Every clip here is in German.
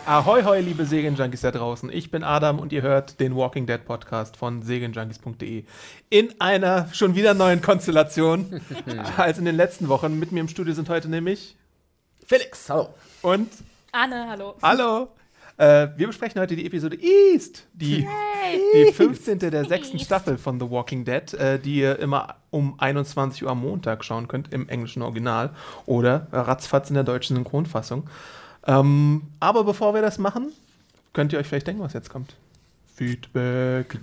Ahoi, hoi, liebe Serienjunkies da draußen. Ich bin Adam und ihr hört den Walking Dead Podcast von serienjunkies.de. In einer schon wieder neuen Konstellation als in den letzten Wochen. Mit mir im Studio sind heute nämlich Felix, hallo. Und Anne, hallo. Hallo. Wir besprechen heute die Episode East, die 15. der 6. Staffel von The Walking Dead, die ihr immer um 21 Uhr am Montag schauen könnt, im englischen Original oder ratzfatz in der deutschen Synchronfassung. Aber bevor wir das machen, könnt ihr euch vielleicht denken, was jetzt kommt. Feedback.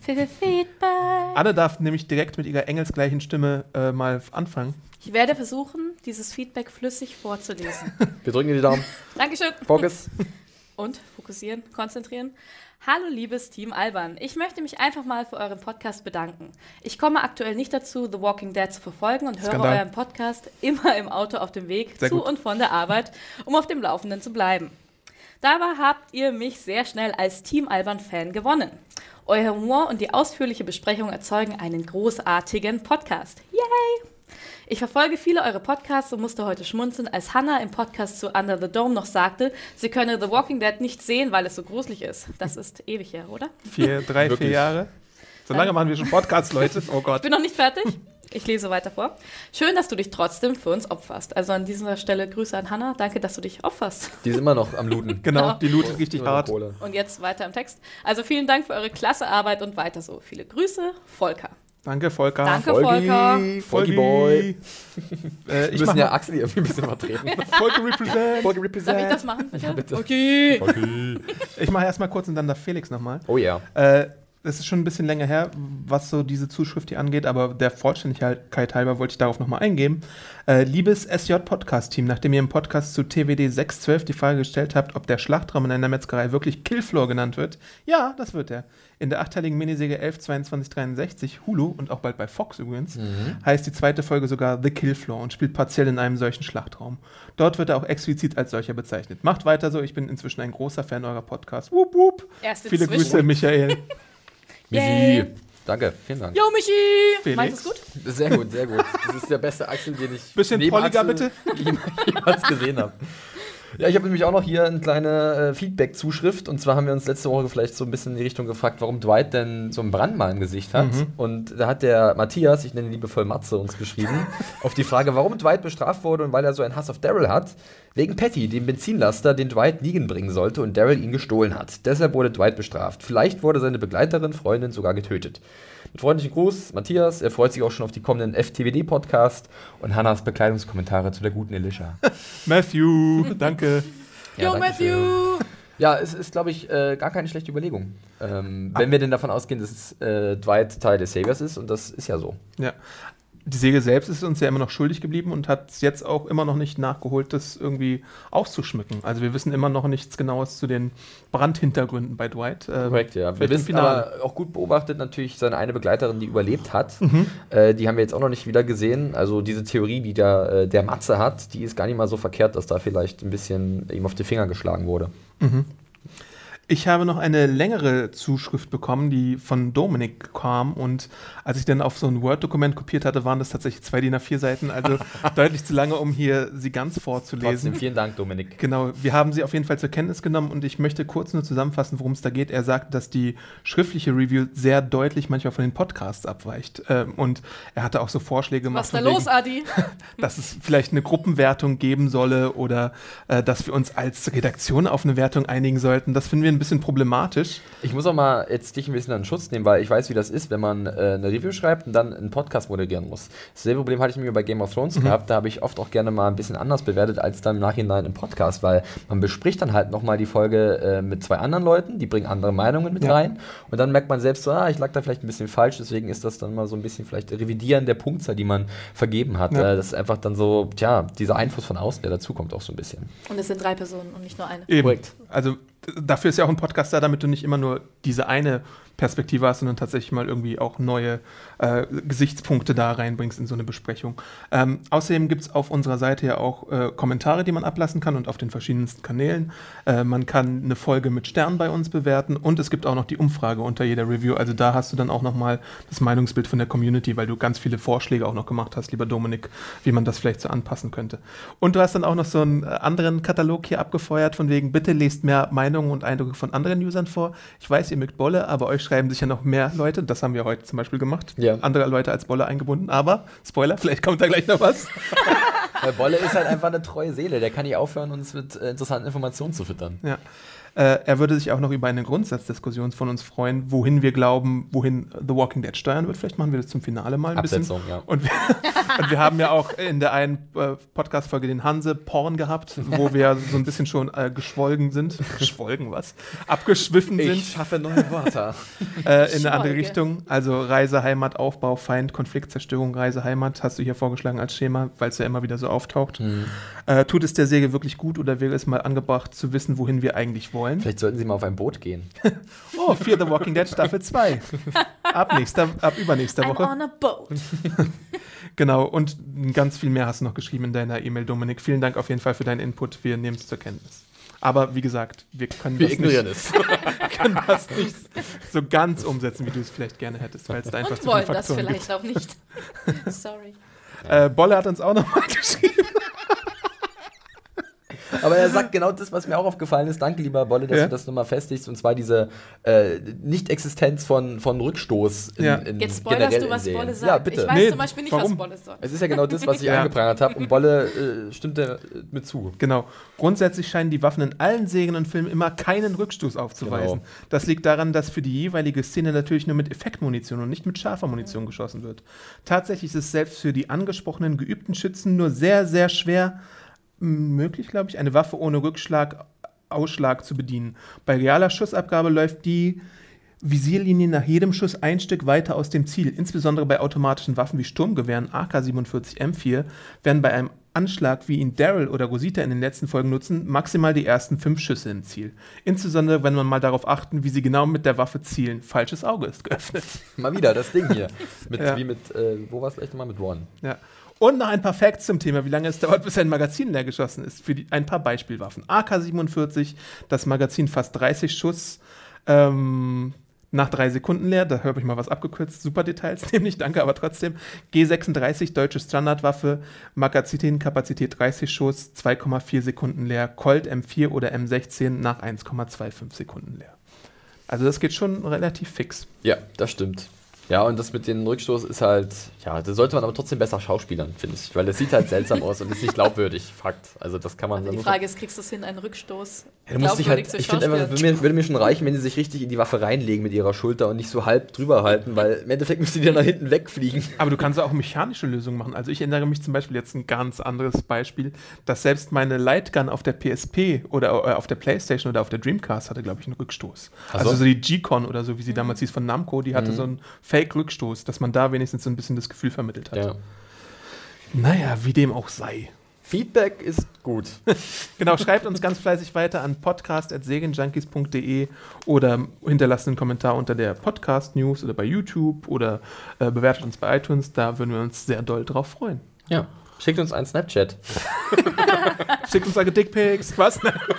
Anne darf nämlich direkt mit ihrer engelsgleichen Stimme mal anfangen. Ich werde versuchen, dieses Feedback flüssig vorzulesen. Wir drücken dir die Daumen. Dankeschön. Fokus. Und fokussieren, konzentrieren. Hallo liebes Team Alban, ich möchte mich einfach mal für euren Podcast bedanken. Ich komme aktuell nicht dazu, The Walking Dead zu verfolgen und höre euren Podcast immer im Auto auf dem Weg zu und von der Arbeit, um auf dem Laufenden zu bleiben. Dabei habt ihr mich sehr schnell als Team Alban-Fan gewonnen. Euer Humor und die ausführliche Besprechung erzeugen einen großartigen Podcast. Yay! Ich verfolge viele eure Podcasts und musste heute schmunzeln, als Hannah im Podcast zu Under the Dome noch sagte, sie könne The Walking Dead nicht sehen, weil es so gruselig ist. Das ist ewig her, oder? 4 Jahre. So lange machen wir schon Podcasts, Leute. Oh Gott. Ich bin noch nicht fertig. Ich lese weiter vor. Schön, dass du dich trotzdem für uns opferst. Also an dieser Stelle Grüße an Hannah. Danke, dass du dich opferst. Die ist immer noch am Looten. Genau, die lootet richtig hart. Und jetzt weiter im Text. Also vielen Dank für eure klasse Arbeit und weiter so. Viele Grüße, Volker. Danke, Volker. Danke, Volker. Volki Boy. Wir müssen ja Axel irgendwie ein bisschen vertreten. Volker represent. Volker represent. Darf ich das machen, bitte? Ja, bitte. Okay. Ich mache erstmal kurz und dann darf Felix nochmal. Oh ja. Es ist schon ein bisschen länger her, was so diese Zuschrift hier angeht, aber der Vollständigkeit halber wollte ich darauf nochmal eingehen. Liebes SJ-Podcast-Team, nachdem ihr im Podcast zu TWD 612 die Frage gestellt habt, ob der Schlachtraum in einer Metzgerei wirklich Killfloor genannt wird, ja, das wird er. In der 8-teiligen Miniserie 11/22/63, Hulu und auch bald bei Fox übrigens, heißt die zweite Folge sogar The Killfloor und spielt partiell in einem solchen Schlachtraum. Dort wird er auch explizit als solcher bezeichnet. Macht weiter so, ich bin inzwischen ein großer Fan eurer Podcasts. Wup, wup. Viele Grüße, Michael. Michi. Danke, vielen Dank. Jo, Michi! Felix. Meinst du es gut? Sehr gut, sehr gut. Das ist der beste Axel, den ich Bisschen neben Polliger, Axel jemals gesehen habe. Ja, ich habe nämlich auch noch hier eine kleine Feedback-Zuschrift. Und zwar haben wir uns letzte Woche vielleicht so ein bisschen in die Richtung gefragt, warum Dwight denn so einen Brand mal im Gesicht hat. Und da hat der Matthias, ich nenne ihn liebevoll Matze, uns geschrieben, auf die Frage, warum Dwight bestraft wurde und weil er so einen Hass auf Daryl hat. Wegen Patty, dem Benzinlaster, den Dwight Negan bringen sollte und Daryl ihn gestohlen hat. Deshalb wurde Dwight bestraft. Vielleicht wurde seine Begleiterin, Freundin sogar getötet. Mit freundlichen Gruß, Matthias. Er freut sich auch schon auf die kommenden FTWD-Podcast und Hannas Bekleidungskommentare zu der guten Elisha. Matthew, danke. Ja, yo, Matthew! Ja, es ist, glaube ich, gar keine schlechte Überlegung. Wenn wir denn davon ausgehen, dass Dwight Teil des Saviors ist, und das ist ja so. Ja. Die Serie selbst ist uns ja immer noch schuldig geblieben und hat es jetzt auch immer noch nicht nachgeholt, das irgendwie auszuschmücken. Also wir wissen immer noch nichts Genaues zu den Brandhintergründen bei Dwight. Korrekt, ja. Wir wissen aber auch gut beobachtet natürlich seine eine Begleiterin, die überlebt hat. Die haben wir jetzt auch noch nicht wieder gesehen. Also diese Theorie, die der Matze hat, die ist gar nicht mal so verkehrt, dass da vielleicht ein bisschen ihm auf die Finger geschlagen wurde. Ich habe noch eine längere Zuschrift bekommen, die von Dominik kam, und als ich dann auf so ein Word-Dokument kopiert hatte, waren das tatsächlich 2 DIN A4 Seiten, also deutlich zu lange, um hier sie ganz vorzulesen. Trotzdem, vielen Dank, Dominik. Genau, wir haben sie auf jeden Fall zur Kenntnis genommen und ich möchte kurz nur zusammenfassen, worum es da geht. Er sagt, dass die schriftliche Review sehr deutlich manchmal von den Podcasts abweicht, und er hatte auch so Vorschläge gemacht. Was ist da los, Adi? Dass es vielleicht eine Gruppenwertung geben solle oder dass wir uns als Redaktion auf eine Wertung einigen sollten. Das finden wir ein bisschen problematisch. Ich muss auch mal jetzt dich ein bisschen in Schutz nehmen, weil ich weiß, wie das ist, wenn man eine Review schreibt und dann einen Podcast moderieren muss. Dasselbe Problem hatte ich mir bei Game of Thrones gehabt. Da habe ich oft auch gerne mal ein bisschen anders bewertet als dann im Nachhinein im Podcast, weil man bespricht dann halt nochmal die Folge mit 2 anderen Leuten, die bringen andere Meinungen mit rein und dann merkt man selbst so, ich lag da vielleicht ein bisschen falsch, deswegen ist das dann mal so ein bisschen vielleicht Revidieren der Punktzahl, die man vergeben hat. Das ist einfach dann so, dieser Einfluss von außen, der dazukommt auch so ein bisschen. Und es sind 3 Personen und nicht nur eine. Eben. Korrekt. Also dafür ist ja auch ein Podcast da, damit du nicht immer nur diese eine Perspektive hast, sondern tatsächlich mal irgendwie auch neue Gesichtspunkte da reinbringst in so eine Besprechung. Außerdem gibt es auf unserer Seite ja auch Kommentare, die man ablassen kann und auf den verschiedensten Kanälen. Man kann eine Folge mit Sternen bei uns bewerten und es gibt auch noch die Umfrage unter jeder Review. Also da hast du dann auch nochmal das Meinungsbild von der Community, weil du ganz viele Vorschläge auch noch gemacht hast, lieber Dominik, wie man das vielleicht so anpassen könnte. Und du hast dann auch noch so einen anderen Katalog hier abgefeuert, von wegen, bitte lest mehr Meinungen Meinungen und Eindrücke von anderen Usern vor. Ich weiß, ihr mögt Bolle, aber euch schreiben sicher noch mehr Leute. Das haben wir heute zum Beispiel gemacht. Ja. Andere Leute als Bolle eingebunden. Aber, Spoiler, vielleicht kommt da gleich noch was. Weil Bolle ist halt einfach eine treue Seele. Der kann nicht aufhören, uns mit interessanten Informationen zu füttern. Ja. Er würde sich auch noch über eine Grundsatzdiskussion von uns freuen, wohin wir glauben, wohin The Walking Dead steuern wird. Vielleicht machen wir das zum Finale mal ein Absetzung, bisschen. ja. Und wir haben ja auch in der einen Podcast-Folge den Hanse-Porn gehabt, wo wir so ein bisschen schon geschwolgen sind. Geschwolgen was? Abgeschwiffen sind. Ich schaffe neue Wörter. In eine andere Richtung. Also Reise, Heimat, Aufbau, Feind, Konflikt, Zerstörung, Reise, Heimat. Hast du hier vorgeschlagen als Schema, weil es ja immer wieder so auftaucht. Tut es der Serie wirklich gut oder wäre es mal angebracht zu wissen, wohin wir eigentlich wollen? Vielleicht sollten Sie mal auf ein Boot gehen. Oh, Fear the Walking Dead Staffel 2. Ab übernächster Woche. I'm on a boat. Genau, und ganz viel mehr hast du noch geschrieben in deiner E-Mail, Dominik. Vielen Dank auf jeden Fall für deinen Input. Wir nehmen es zur Kenntnis. Aber wie gesagt, wir können das nicht so ganz umsetzen, wie du es vielleicht gerne hättest, weil es da einfach Und zu viele wollen das Faktoren vielleicht gibt. auch nicht. Sorry. Bolle hat uns auch nochmal geschrieben. Aber er sagt genau das, was mir auch aufgefallen ist. Danke, lieber Bolle, dass du das nochmal festigst. Und zwar diese Nicht-Existenz von Rückstoß in Jetzt spoilerst du, was Serien. Bolle sagt. Ja, bitte. Ich weiß zum Beispiel nicht, was Bolle sagt. Es ist ja genau das, was ich angeprangert habe. Und Bolle stimmt mit zu. Genau. Grundsätzlich scheinen die Waffen in allen Serien und Filmen immer keinen Rückstoß aufzuweisen. Genau. Das liegt daran, dass für die jeweilige Szene natürlich nur mit Effektmunition und nicht mit scharfer Munition geschossen wird. Tatsächlich ist es selbst für die angesprochenen geübten Schützen nur sehr, sehr schwer möglich, glaube ich, eine Waffe ohne Ausschlag zu bedienen. Bei realer Schussabgabe läuft die Visierlinie nach jedem Schuss ein Stück weiter aus dem Ziel. Insbesondere bei automatischen Waffen wie Sturmgewehren AK-47 M4 werden bei einem Anschlag, wie ihn Daryl oder Rosita in den letzten Folgen nutzen, maximal die ersten 5 Schüsse im Ziel. Insbesondere, wenn man mal darauf achten, wie sie genau mit der Waffe zielen. Falsches Auge ist geöffnet. Mal wieder, das Ding hier. Wo war es gleich nochmal? Mit One. Ja. Und noch ein paar Facts zum Thema, wie lange es dauert, bis ein Magazin leer geschossen ist. Für ein paar Beispielwaffen. AK-47, das Magazin fast 30 Schuss, nach 3 Sekunden leer. Da habe ich mal was abgekürzt. Super Details, nämlich, danke, aber trotzdem. G36, deutsche Standardwaffe, Magazinkapazität 30 Schuss, 2,4 Sekunden leer. Colt M4 oder M16 nach 1,25 Sekunden leer. Also das geht schon relativ fix. Ja, das stimmt. Ja, und das mit dem Rückstoß ist halt, ja, da sollte man aber trotzdem besser schauspielern, finde ich. Weil das sieht halt seltsam aus und ist nicht glaubwürdig, Fakt. Also das kann man... Die Frage ist, kriegst du es hin, einen Rückstoß glaubwürdig zu schauspielern? Würde mir schon reichen, wenn sie sich richtig in die Waffe reinlegen mit ihrer Schulter und nicht so halb drüber halten, weil im Endeffekt müsste die dann nach hinten wegfliegen. Aber du kannst auch mechanische Lösungen machen. Also ich erinnere mich zum Beispiel jetzt ein ganz anderes Beispiel, dass selbst meine Lightgun auf der PSP oder auf der Playstation oder auf der Dreamcast hatte, glaube ich, einen Rückstoß. Also so die G-Con oder so, wie sie damals hieß von Namco, die hatte so einen Fake-Rückstoß, dass man da wenigstens so ein bisschen das Gefühl vermittelt hat. Ja. Naja, wie dem auch sei. Feedback ist gut. Genau, schreibt uns ganz fleißig weiter an podcast@serienjunkies.de oder hinterlasst einen Kommentar unter der Podcast-News oder bei YouTube oder bewertet uns bei iTunes. Da würden wir uns sehr doll drauf freuen. Ja, schickt uns einen Snapchat. Schickt uns eure Dickpics. Was?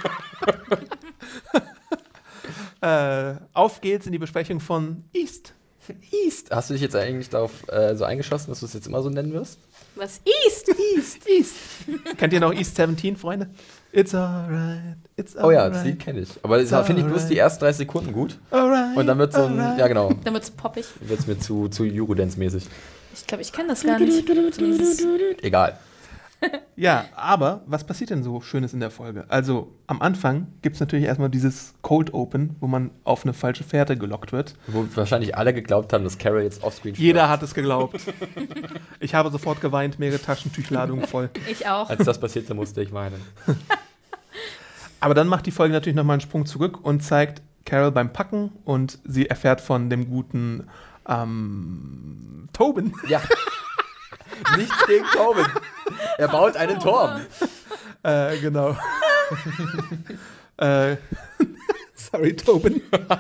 Auf geht's in die Besprechung von East. Hast du dich jetzt eigentlich darauf so eingeschossen, dass du es jetzt immer so nennen wirst? Was? East! Kennt ihr noch East 17, Freunde? It's alright, it's alright. Oh ja, das Lied kenne ich. Aber das finde ich bloß die ersten 30 Sekunden gut. Alright, und dann wird so ein, ja genau. Dann wird's poppig. Wird es mir zu Eurodance-mäßig. Ich glaube, ich kenne das gar nicht. Egal. Ja, aber was passiert denn so Schönes in der Folge? Also am Anfang gibt es natürlich erstmal dieses Cold Open, wo man auf eine falsche Fährte gelockt wird. Wo wahrscheinlich alle geglaubt haben, dass Carol jetzt offscreen stirbt. Jeder hat es geglaubt. Ich habe sofort geweint, mehrere Taschentüchladungen voll. Ich auch. Als das passierte, musste ich weinen. Aber dann macht die Folge natürlich nochmal einen Sprung zurück und zeigt Carol beim Packen und sie erfährt von dem guten Tobin. Ja. Nichts gegen Tobin. Er baut einen Turm. Genau. Sorry, Tobin.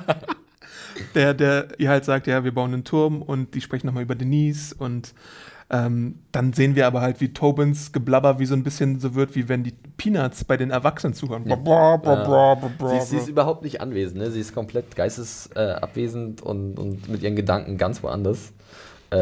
der ihr halt sagt, ja, wir bauen einen Turm und die sprechen nochmal über Denise und dann sehen wir aber halt, wie Tobins Geblabber wie so ein bisschen so wird, wie wenn die Peanuts bei den Erwachsenen zuhören. Sie ist überhaupt nicht anwesend, ne? Sie ist komplett geistesabwesend und mit ihren Gedanken ganz woanders.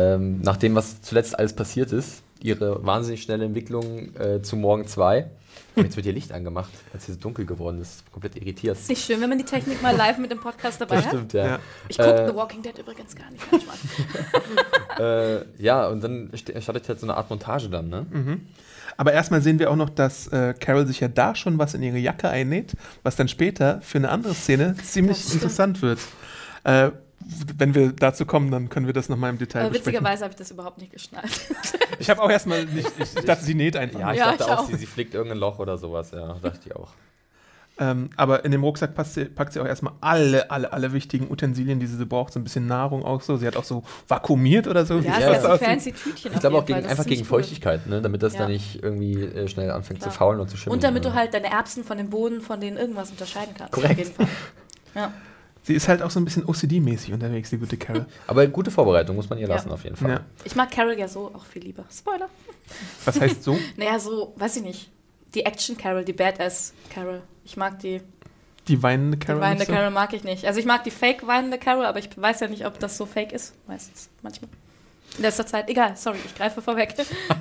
Nach dem, was zuletzt alles passiert ist, ihre wahnsinnig schnelle Entwicklung zu Morgen 2, Jetzt wird hier Licht angemacht, als hier so dunkel geworden ist. Komplett irritiert. Ist nicht schön, wenn man die Technik mal live mit dem Podcast dabei Das stimmt, ja. Ich gucke The Walking Dead übrigens gar nicht manchmal. Ja, und dann startet halt so eine Art Montage dann, ne? Aber erstmal sehen wir auch noch, dass Carol sich ja da schon was in ihre Jacke einnäht, was dann später für eine andere Szene ziemlich interessant wird. Wenn wir dazu kommen, dann können wir das nochmal im Detail besprechen. Witzigerweise habe ich das überhaupt nicht geschnallt. Ich habe auch erstmal nicht, ich dachte, sie näht einfach. Ja, ich dachte auch, sie flickt irgendein Loch oder sowas, ja, dachte ich auch. Aber in dem Rucksack packt sie auch erstmal alle wichtigen Utensilien, die sie braucht. So ein bisschen Nahrung auch so. Sie hat auch so vakuumiert oder so. Ja, sie hat so fancy Tütchen. Ich glaube auch einfach gegen Feuchtigkeit, ne? Damit das dann nicht irgendwie schnell anfängt zu faulen und zu schimmeln. Und damit du halt deine Erbsen von dem Boden, von denen irgendwas unterscheiden kannst. Korrekt. Auf jeden Fall. Ja. Sie ist halt auch so ein bisschen OCD-mäßig unterwegs, die gute Carol. Aber gute Vorbereitung muss man ihr lassen, auf jeden Fall. Ja. Ich mag Carol ja so auch viel lieber. Spoiler. Was heißt so? Naja, so, weiß ich nicht. Die Action-Carol, die Badass-Carol. Ich mag die. Die weinende Carol? Die weinende Carol mag ich nicht. Also ich mag die fake-weinende Carol, aber ich weiß ja nicht, ob das so fake ist. Meistens, manchmal. In letzter Zeit. Egal, sorry, ich greife vorweg.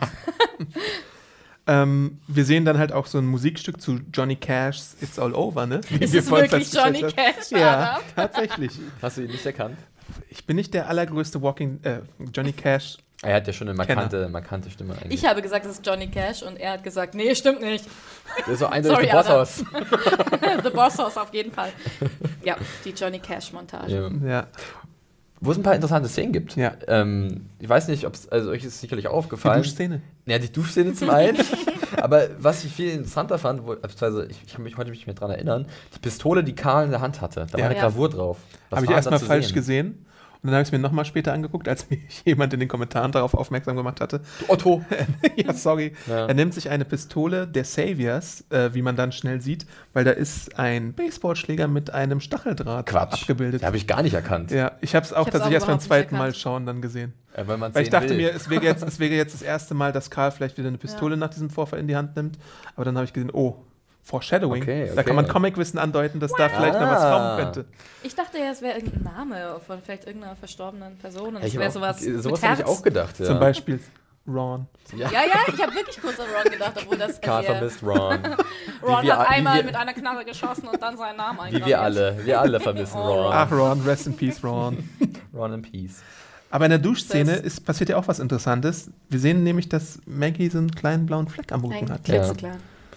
Wir sehen dann halt auch so ein Musikstück zu Johnny Cash's It's All Over, ne? Ist es wirklich Johnny Cash? Ja, tatsächlich. Hast du ihn nicht erkannt? Ich bin nicht der allergrößte Johnny Cash. Er hat ja schon eine markante Stimme eigentlich. Ich habe gesagt, es ist Johnny Cash und er hat gesagt, nee, stimmt nicht. Der ist so eindeutig The Bosshaus. The Bosshaus auf jeden Fall. Ja, die Johnny Cash-Montage. Ja. Wo es ein paar interessante Szenen gibt. Ja. Ich weiß nicht, ob es, also euch ist sicherlich auch aufgefallen. Die Duschszene. Ja, die Duschszene zum einen. Aber was ich viel interessanter fand, beziehungsweise ich kann mich heute nicht mehr dran erinnern, die Pistole, die Karl in der Hand hatte. Da war eine Gravur drauf. Habe ich erstmal falsch gesehen. Und dann habe ich es mir nochmal später angeguckt, als mich jemand in den Kommentaren darauf aufmerksam gemacht hatte. Du Otto. Ja, sorry. Ja. Er nimmt sich eine Pistole der Saviors, wie man dann schnell sieht, weil da ist ein Baseballschläger mit einem Stacheldraht abgebildet. Den habe ich gar nicht erkannt. Ja, ich habe es auch tatsächlich erst beim zweiten Mal schauen dann gesehen. Weil ich dachte mir, es wäre jetzt das erste Mal, dass Karl vielleicht wieder eine Pistole nach diesem Vorfall in die Hand nimmt. Aber dann habe ich gesehen, Foreshadowing. Okay. Da kann man Comicwissen andeuten, dass da vielleicht noch was kommen könnte. Ich dachte ja, es wäre irgendein Name von vielleicht irgendeiner verstorbenen Person. Und es wäre sowas habe ich auch gedacht. Ja. Zum Beispiel Ron. Ja, ich habe wirklich kurz an Ron gedacht, obwohl das Karl vermisst Ron. Ron hat einmal mit einer Knarre geschossen und dann seinen Namen eingetragen. Wir alle vermissen Ron. Ach, Ron, rest in peace, Ron. Ron in peace. Aber in der Duschszene passiert ja auch was Interessantes. Wir sehen nämlich, dass Maggie so einen kleinen blauen Fleck am Rücken hat. Klitzeklar.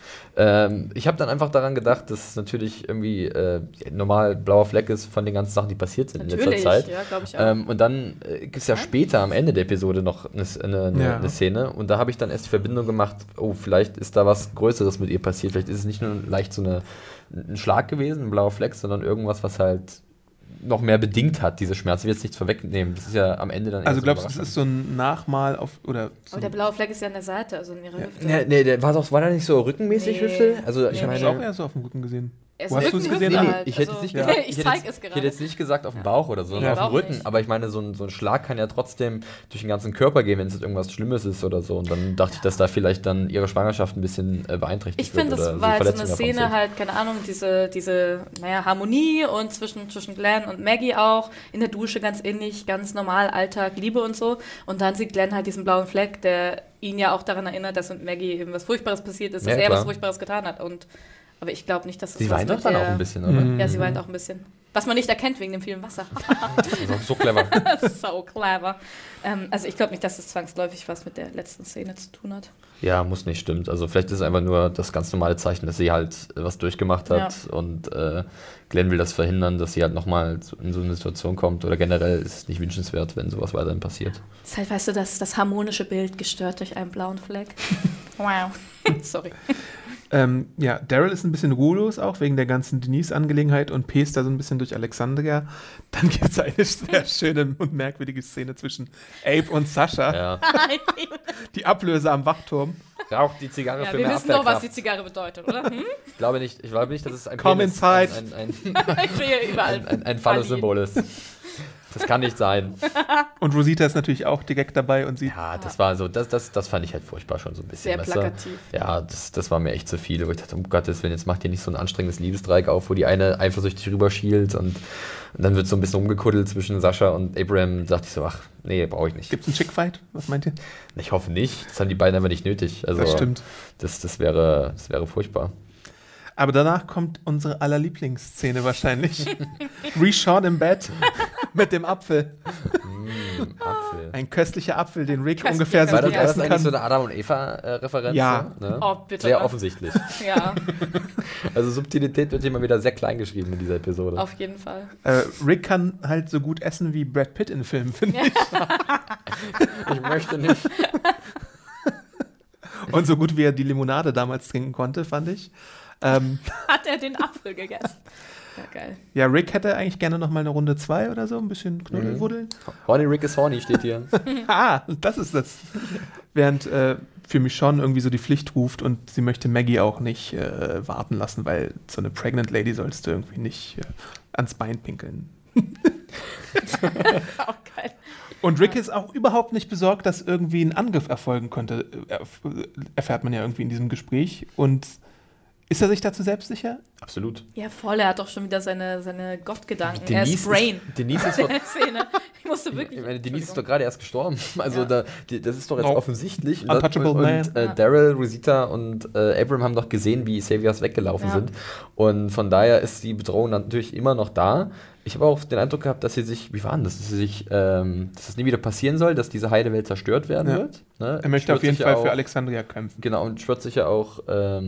Ich habe dann einfach daran gedacht, dass es natürlich irgendwie normal blauer Fleck ist von den ganzen Sachen, die passiert sind in letzter Zeit. Ja, glaube ich auch. Und dann gibt es ja später am Ende der Episode noch eine Szene und da habe ich dann erst die Verbindung gemacht, vielleicht ist da was Größeres mit ihr passiert. Vielleicht ist es nicht nur leicht so ein Schlag gewesen, ein blauer Fleck, sondern irgendwas, was halt noch mehr bedingt hat, diese Schmerzen. Ich will jetzt nichts vorwegnehmen. Das ist ja am Ende dann. Also glaubst du, das ist so ein Nachmal auf. Oder so. Aber der blaue Fleck ist ja an der Seite, also in ihrer Hüfte. Nee, der war da nicht so rückenmäßig Hüfte? Also ich habe es auch eher so auf dem Rücken gesehen. Wo hast du es gesehen? Ich hätte jetzt nicht gesagt auf dem Bauch oder so, sondern auf dem Rücken. Nicht. Aber ich meine, so ein Schlag kann ja trotzdem durch den ganzen Körper gehen, wenn es irgendwas Schlimmes ist oder so. Und dann dachte ich, dass da vielleicht dann ihre Schwangerschaft ein bisschen beeinträchtigt wird. Ich finde, das war halt so eine Szene halt, keine Ahnung, diese Harmonie und zwischen Glenn und Maggie auch, in der Dusche ganz innig, ganz normal, Alltag, Liebe und so. Und dann sieht Glenn halt diesen blauen Fleck, der ihn ja auch daran erinnert, dass mit Maggie eben was Furchtbares passiert ist, dass er was Furchtbares getan hat. Aber ich glaube nicht, dass es sie weint doch dann auch ein bisschen, oder? Ja, sie weint auch ein bisschen. Was man nicht erkennt wegen dem vielen Wasser. Das ist so clever. So clever. Also ich glaube nicht, dass es zwangsläufig was mit der letzten Szene zu tun hat. Ja, muss nicht, stimmt. Also vielleicht ist es einfach nur das ganz normale Zeichen, dass sie halt was durchgemacht hat und Glenn will das verhindern, dass sie halt nochmal in so eine Situation kommt oder generell ist es nicht wünschenswert, wenn sowas weiterhin passiert. Das ist halt, weißt du, das harmonische Bild gestört durch einen blauen Fleck. Wow. Sorry. Daryl ist ein bisschen ruhelos auch wegen der ganzen Denise-Angelegenheit und pest da so ein bisschen durch Alexandria. Dann gibt es eine sehr schöne und merkwürdige Szene zwischen Abe und Sascha. Ja. Die Ablöse am Wachturm. Raucht die Zigarre für mehr Abwehrkraft. Wir wissen doch, was die Zigarre bedeutet, oder? Ich glaube nicht, dass es ein Come inside. Ich sehe überall ein Phallus-Symbol ist. Das kann nicht sein. Und Rosita ist natürlich auch direkt dabei und sieht. Ja, das war so, das fand ich halt furchtbar schon so ein bisschen. Sehr plakativ. Ja, das war mir echt zu viel. Wo ich dachte, um Gottes Willen, jetzt macht ihr nicht so ein anstrengendes Liebesdreieck auf, wo die eine eifersüchtig rüberschielt und dann wird so ein bisschen umgekuddelt zwischen Sascha und Abraham. Da dachte ich so, ach, nee, brauche ich nicht. Gibt's einen Chickfight? Was meint ihr? Ich hoffe nicht. Das haben die beiden einfach nicht nötig. Also, das stimmt. Das wäre furchtbar. Aber danach kommt unsere aller Lieblingsszene wahrscheinlich. Reshawn im Bett mit dem Apfel. Apfel. Ein köstlicher Apfel, den Rick Köstlicher ungefähr so War gut das essen eigentlich kann. so eine Adam und Eva-Referenz? Ja. So, ne? Oh, bitte. Sehr offensichtlich. Ja, Also Subtilität wird hier mal wieder sehr klein geschrieben in dieser Episode. auf jeden Fall. Rick kann halt so gut essen wie Brad Pitt in Filmen, finde ich. Ich möchte nicht. Und so gut wie er die Limonade damals trinken konnte, fand ich. Hat er den Apfel gegessen? Ja, geil. Ja, Rick hätte eigentlich gerne noch mal eine Runde 2 oder so, ein bisschen Knuddelwuddeln. Horny Rick is horny steht hier. Ah, das ist das. Während für mich schon irgendwie so die Pflicht ruft und sie möchte Maggie auch nicht warten lassen, weil so eine Pregnant Lady sollst du irgendwie nicht ans Bein pinkeln. Auch geil. Und Rick ist auch überhaupt nicht besorgt, dass irgendwie ein Angriff erfolgen könnte, erfährt man ja irgendwie in diesem Gespräch. Und ist er sich dazu selbstsicher? Absolut. Ja, voll, er hat doch schon wieder seine Gottgedanken. Er ist Brain. Denise ist doch, Szene. Ich musste wirklich. ich meine, Denise ist doch gerade erst gestorben. Also Ja. das ist doch jetzt offensichtlich. Untouchable Man. Daryl, Rosita und Abraham haben doch gesehen, wie Saviors weggelaufen sind. Und von daher ist die Bedrohung natürlich immer noch da. Ich habe auch den Eindruck gehabt, dass sie sich, wie war denn das, dass das nie wieder passieren soll, dass diese Heidewelt zerstört werden wird. Ne? Er möchte auf jeden Fall für Alexandria kämpfen. Genau, und schwört sich ja auch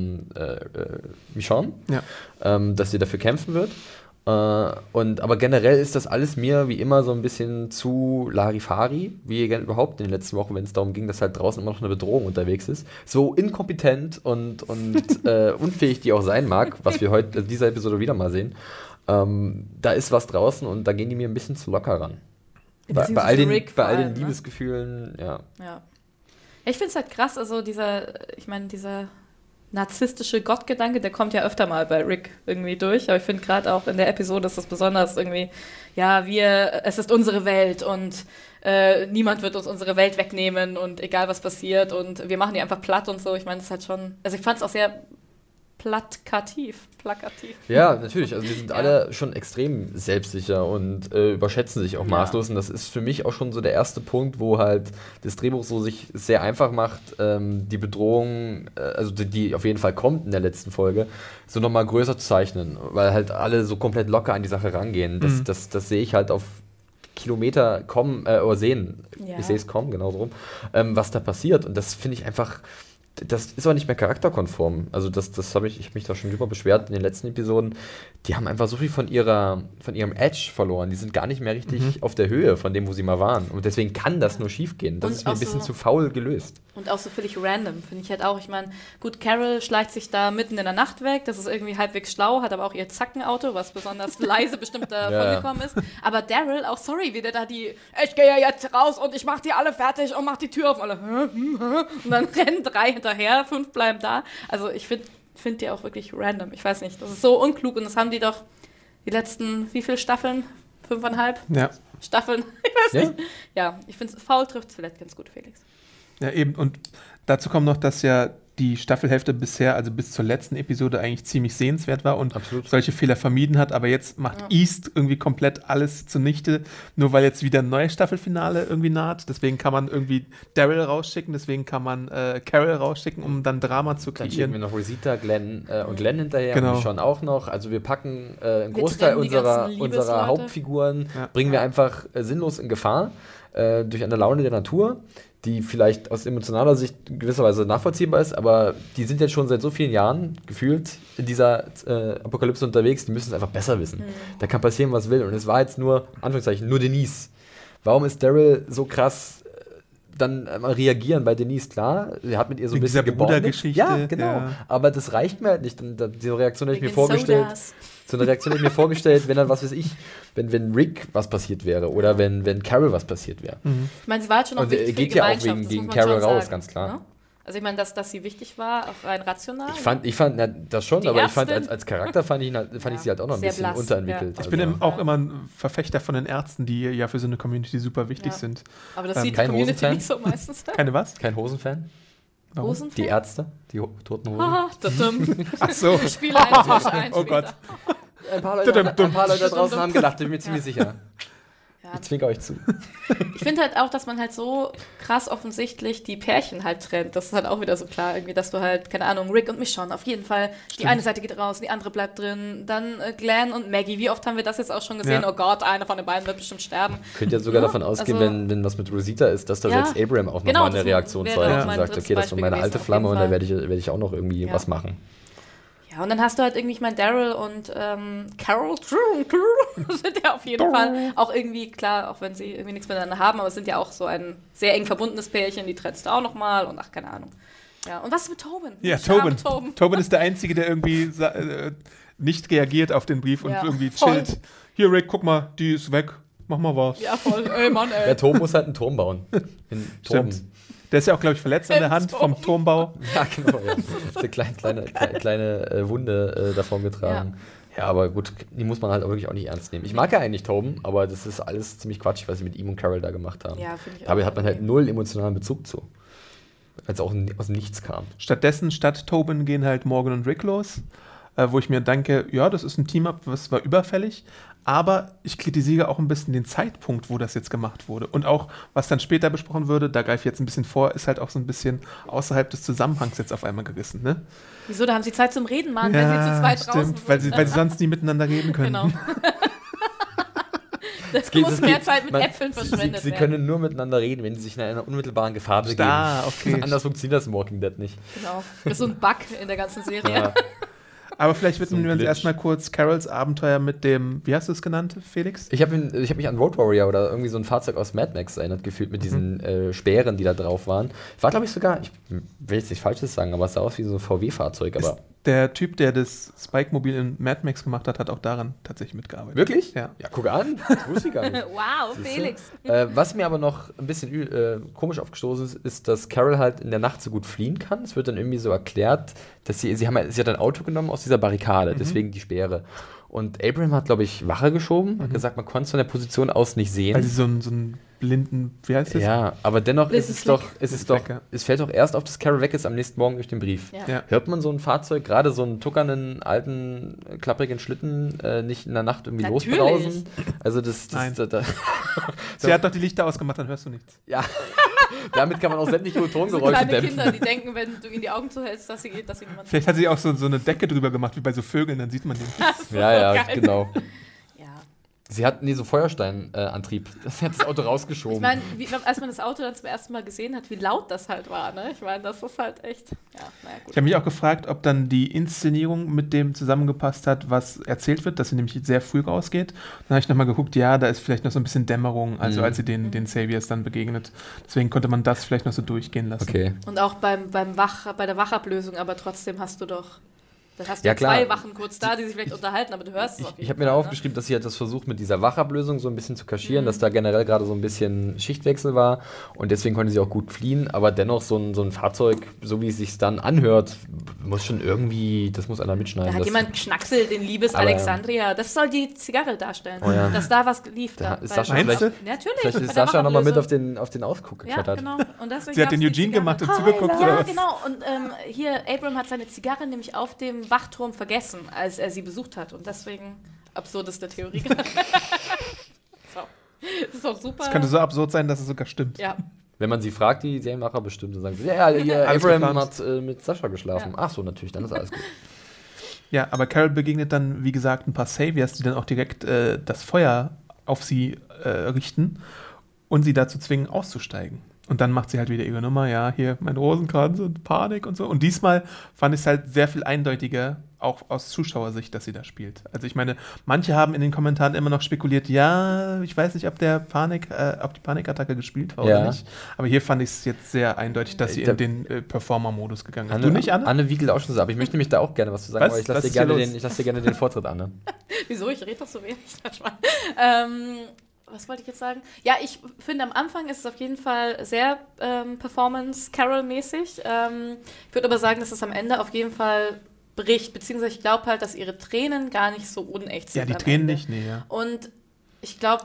Michonne, dass sie dafür kämpfen wird. Aber generell ist das alles mir wie immer so ein bisschen zu Larifari, wie überhaupt in den letzten Wochen, wenn es darum ging, dass halt draußen immer noch eine Bedrohung unterwegs ist. So inkompetent und unfähig die auch sein mag, was wir heute in dieser Episode wieder mal sehen. Da ist was draußen und da gehen die mir ein bisschen zu locker ran. Bei all den Liebesgefühlen, ja. Ich finde es halt krass, also dieser narzisstische Gottgedanke, der kommt ja öfter mal bei Rick irgendwie durch, aber ich finde gerade auch in der Episode ist das besonders irgendwie, ja, es ist unsere Welt und niemand wird uns unsere Welt wegnehmen und egal was passiert und wir machen die einfach platt und so. Ich meine, es ist halt schon, also ich fand es auch sehr plakativ. Ja, natürlich. Also die sind alle schon extrem selbstsicher und überschätzen sich auch maßlos. Und das ist für mich auch schon so der erste Punkt, wo halt das Drehbuch so sich sehr einfach macht, die Bedrohung, also die auf jeden Fall kommt in der letzten Folge, so nochmal größer zu zeichnen. Weil halt alle so komplett locker an die Sache rangehen. Das sehe ich halt auf Kilometer kommen oder sehen. Ja. Ich sehe es kommen, genau so rum, was da passiert. Und das finde ich einfach... Das ist auch nicht mehr charakterkonform. Also ich habe mich da schon drüber beschwert in den letzten Episoden. Die haben einfach so viel von ihrem Edge verloren. Die sind gar nicht mehr richtig auf der Höhe von dem, wo sie mal waren. Und deswegen kann das nur schief gehen. Das ist mir ein bisschen zu faul gelöst. Und auch so völlig random, finde ich halt auch. Ich meine, gut, Carol schleicht sich da mitten in der Nacht weg. Das ist irgendwie halbwegs schlau, hat aber auch ihr Zackenauto, was besonders leise bestimmt davon gekommen ist. Aber Daryl, auch sorry, wie der da ich gehe ja jetzt raus und ich mach die alle fertig und mach die Tür auf. Und alle, und dann rennen 3 hinterher, 5 bleiben da. Also ich finde die auch wirklich random. Ich weiß nicht, das ist so unklug und das haben die doch die letzten, wie viele Staffeln? 5,5? Ja. Staffeln? Ich weiß nicht. Ja, ich finde, faul trifft es vielleicht ganz gut, Felix. Ja, eben. Und dazu kommt noch, dass ja die Staffelhälfte bisher, also bis zur letzten Episode, eigentlich ziemlich sehenswert war und solche Fehler vermieden hat. Aber jetzt macht East irgendwie komplett alles zunichte, nur weil jetzt wieder ein neues Staffelfinale irgendwie naht. Deswegen kann man irgendwie Daryl rausschicken, deswegen kann man Carol rausschicken, um dann Drama zu kreieren. Dann schicken wir noch Rosita, Glenn und Glenn hinterher und schon auch noch. Also wir packen einen Wir Großteil trennen die unserer ganzen Hauptfiguren, bringen wir einfach sinnlos in Gefahr durch eine Laune der Natur, die vielleicht aus emotionaler Sicht gewisserweise nachvollziehbar ist, aber die sind jetzt schon seit so vielen Jahren gefühlt in dieser Apokalypse unterwegs, die müssen es einfach besser wissen. Da kann passieren, was will. Und es war jetzt nur, Anführungszeichen, nur Denise. Warum ist Daryl so krass dann reagieren bei Denise? Klar, er hat mit ihr so ein bisschen gebondet. Ja, genau. Ja. Aber das reicht mir halt nicht. Diese Reaktion hätte ich mir vorgestellt. So eine Reaktion hätte ich mir vorgestellt, wenn dann, was weiß ich, wenn Rick was passiert wäre oder wenn Carol was passiert wäre. Ich meine, sie war halt schon auch wichtig für die geht ja auch Gemeinschaft, gegen Carol raus, ganz klar. Ne? Also ich meine, dass sie wichtig war, auch rein rational. Ich fand das schon, aber ich fand als Charakter fand ich sie halt auch noch ein bisschen blass, unterentwickelt. Ja. Ich bin auch immer ein Verfechter von den Ärzten, die ja für so eine Community super wichtig sind. Aber das sieht die Community nicht so meistens. Keine was? Kein Hosenfan? Warum? Hosenfan? Die Ärzte, die toten Hosen. Ach so. Ich spiele ein. Oh Gott. Ein paar Leute da draußen haben gelacht, bin mir ziemlich sicher. Ja. Ich zwinker euch zu. Ich finde halt auch, dass man halt so krass offensichtlich die Pärchen halt trennt. Das ist halt auch wieder so klar, irgendwie, dass du halt, keine Ahnung, Rick und Michonne auf jeden Fall, die eine Seite geht raus, die andere bleibt drin. Dann Glenn und Maggie. Wie oft haben wir das jetzt auch schon gesehen? Ja. Oh Gott, einer von den beiden wird bestimmt sterben. Könnt ja sogar davon ausgehen, wenn was mit Rosita ist, dass da selbst Abraham auch nochmal eine Reaktion zeigt und sagt, okay, das war meine alte Flamme und da werde ich auch noch irgendwie was machen. Ja, und dann hast du halt irgendwie, ich meine, Daryl und Carol sind ja auf jeden Fall auch irgendwie, klar, auch wenn sie irgendwie nichts miteinander haben, aber es sind ja auch so ein sehr eng verbundenes Pärchen, die trennst du auch nochmal und ach, keine Ahnung. Ja, und was ist mit Tobin? Ja, Tobin. Tobin ist der Einzige, der irgendwie nicht reagiert auf den Brief und irgendwie chillt. Hier, Rick, guck mal, die ist weg. Mach mal was. Ja, voll. Ey, Mann, ey. Der Turm muss halt einen Turm bauen. Stimmt. Der ist ja auch, glaube ich, verletzt an der Hand vom Turmbau. Ja, genau. Ja. Eine kleine Wunde davon getragen. Ja, aber gut, die muss man halt wirklich auch nicht ernst nehmen. Ich mag ja eigentlich Tobin, aber das ist alles ziemlich quatschig, was sie mit ihm und Carol da gemacht haben. Ja, finde ich auch. Dabei hat man halt null emotionalen Bezug zu. Als es auch aus dem Nichts kam. Stattdessen, statt Tobin, gehen halt Morgan und Rick los, wo ich mir denke, ja, das ist ein Team-Up, das war überfällig. Aber ich kritisiere auch ein bisschen den Zeitpunkt, wo das jetzt gemacht wurde. Und auch, was dann später besprochen würde, da greife ich jetzt ein bisschen vor, ist halt auch so ein bisschen außerhalb des Zusammenhangs jetzt auf einmal gerissen. Ne? Wieso? Da haben sie Zeit zum Reden, Mann, wenn sie zu zweit draußen sind. Weil sie sonst nie miteinander reden können. Genau. Das muss mehr Zeit mit Äpfeln verschwendet werden. Sie können nur miteinander reden, wenn sie sich in einer unmittelbaren Gefahr begeben. Okay. Anders funktioniert das in Walking Dead nicht. Genau. Das ist so ein Bug in der ganzen Serie. Ja. Aber vielleicht widmen wir uns erstmal kurz Carols Abenteuer mit dem, wie hast du es genannt, Felix? Ich hab mich an Road Warrior oder irgendwie so ein Fahrzeug aus Mad Max erinnert gefühlt mit diesen Speeren, die da drauf waren. War, glaube ich, sogar, ich will jetzt nichts Falsches sagen, aber es sah aus wie so ein VW-Fahrzeug. Aber der Typ, der das Spike-Mobil in Mad Max gemacht hat, hat auch daran tatsächlich mitgearbeitet. Wirklich? Ja. Ja, guck an. Das wusste ich gar nicht. Wow, Felix. Was mir aber noch ein bisschen komisch aufgestoßen ist, dass Carol halt in der Nacht so gut fliehen kann. Es wird dann irgendwie so erklärt, dass sie hat ein Auto genommen aus dieser Barrikade, deswegen die Speere. Und Abraham hat, glaube ich, Wache geschoben, hat gesagt, man konnte es von der Position aus nicht sehen. Weil sie so einen blinden, wie heißt das? Ja, aber dennoch es fällt doch erst auf, dass Carol weg ist am nächsten Morgen durch den Brief. Ja. Hört man so ein Fahrzeug, gerade so einen tuckernden, alten, klapprigen Schlitten, nicht in der Nacht irgendwie losbrausen? Also Nein. Sie hat doch die Lichter ausgemacht, dann hörst du nichts. Ja, damit kann man auch sämtliche Tongeräusche dämpfen. Kinder, die denken, wenn du ihnen die Augen zuhältst, dass sie niemand. Vielleicht hat sie auch so eine Decke drüber gemacht, wie bei so Vögeln, dann sieht man den. Ja, genau. Ja. Sie hat so Feuersteinantrieb. Sie hat das Auto rausgeschoben. Ich meine, als man das Auto dann zum ersten Mal gesehen hat, wie laut das halt war, ne? Ich meine, das ist halt echt, ja, naja, gut. Ich habe mich auch gefragt, ob dann die Inszenierung mit dem zusammengepasst hat, was erzählt wird, dass sie nämlich sehr früh rausgeht. Dann habe ich nochmal geguckt, ja, da ist vielleicht noch so ein bisschen Dämmerung, also als sie den Saviors dann begegnet. Deswegen konnte man das vielleicht noch so durchgehen lassen. Okay. Und auch bei der Wachablösung, aber trotzdem hast du doch... Da hast du klar. 2 Wachen kurz da, die sich vielleicht unterhalten, aber du hörst es auf jeden Fall. Ich habe mir da aufgeschrieben, dass sie halt das versucht, mit dieser Wachablösung so ein bisschen zu kaschieren, dass da generell gerade so ein bisschen Schichtwechsel war und deswegen konnte sie auch gut fliehen, aber dennoch so ein Fahrzeug, so wie es sich dann anhört, muss schon irgendwie, das muss einer mitschneiden. Da hat jemand geschnackselt in Liebes Alexandria. Das soll die Zigarre darstellen, dass da was lief. Meinst du? Natürlich. Vielleicht ist Sascha nochmal mit auf den Ausguck geklettert. Ja, genau. Und sie hat den Eugene gemacht und zugeguckt. Ja, genau. Und hier, Abraham hat seine Zigarre nämlich auf dem Wachturm vergessen, als er sie besucht hat. Und deswegen absurdeste Theorie. So. Das ist auch super. Es könnte so absurd sein, dass es sogar stimmt. Ja. Wenn man sie fragt, die Serienmacher bestimmt, dann sagen sie, Abraham hat mit Sascha geschlafen. Ja. Ach so, natürlich, dann ist alles gut. Ja, aber Carol begegnet dann, wie gesagt, ein paar Saviors, die dann auch direkt das Feuer auf sie richten und sie dazu zwingen, auszusteigen. Und dann macht sie halt wieder ihre Nummer, ja, hier mein Rosenkranz und Panik und so. Und diesmal fand ich es halt sehr viel eindeutiger, auch aus Zuschauersicht, dass sie da spielt. Also ich meine, manche haben in den Kommentaren immer noch spekuliert, ja, ich weiß nicht, ob die Panikattacke gespielt war oder nicht. Aber hier fand ich es jetzt sehr eindeutig, dass sie in den Performer-Modus gegangen ist. Du nicht, Anne? Anne wiegelt auch schon so ab. Ich möchte nämlich da auch gerne was zu sagen, aber ich lasse dir gerne den Vortritt, Anne. Wieso? Ich rede doch so wenig. was wollte ich jetzt sagen? Ja, ich finde, am Anfang ist es auf jeden Fall sehr Performance-Carol-mäßig. Ich würde aber sagen, dass es am Ende auf jeden Fall bricht, beziehungsweise ich glaube halt, dass ihre Tränen gar nicht so unecht sind. Ja, die Tränen nicht, nee, ja. Und ich glaube,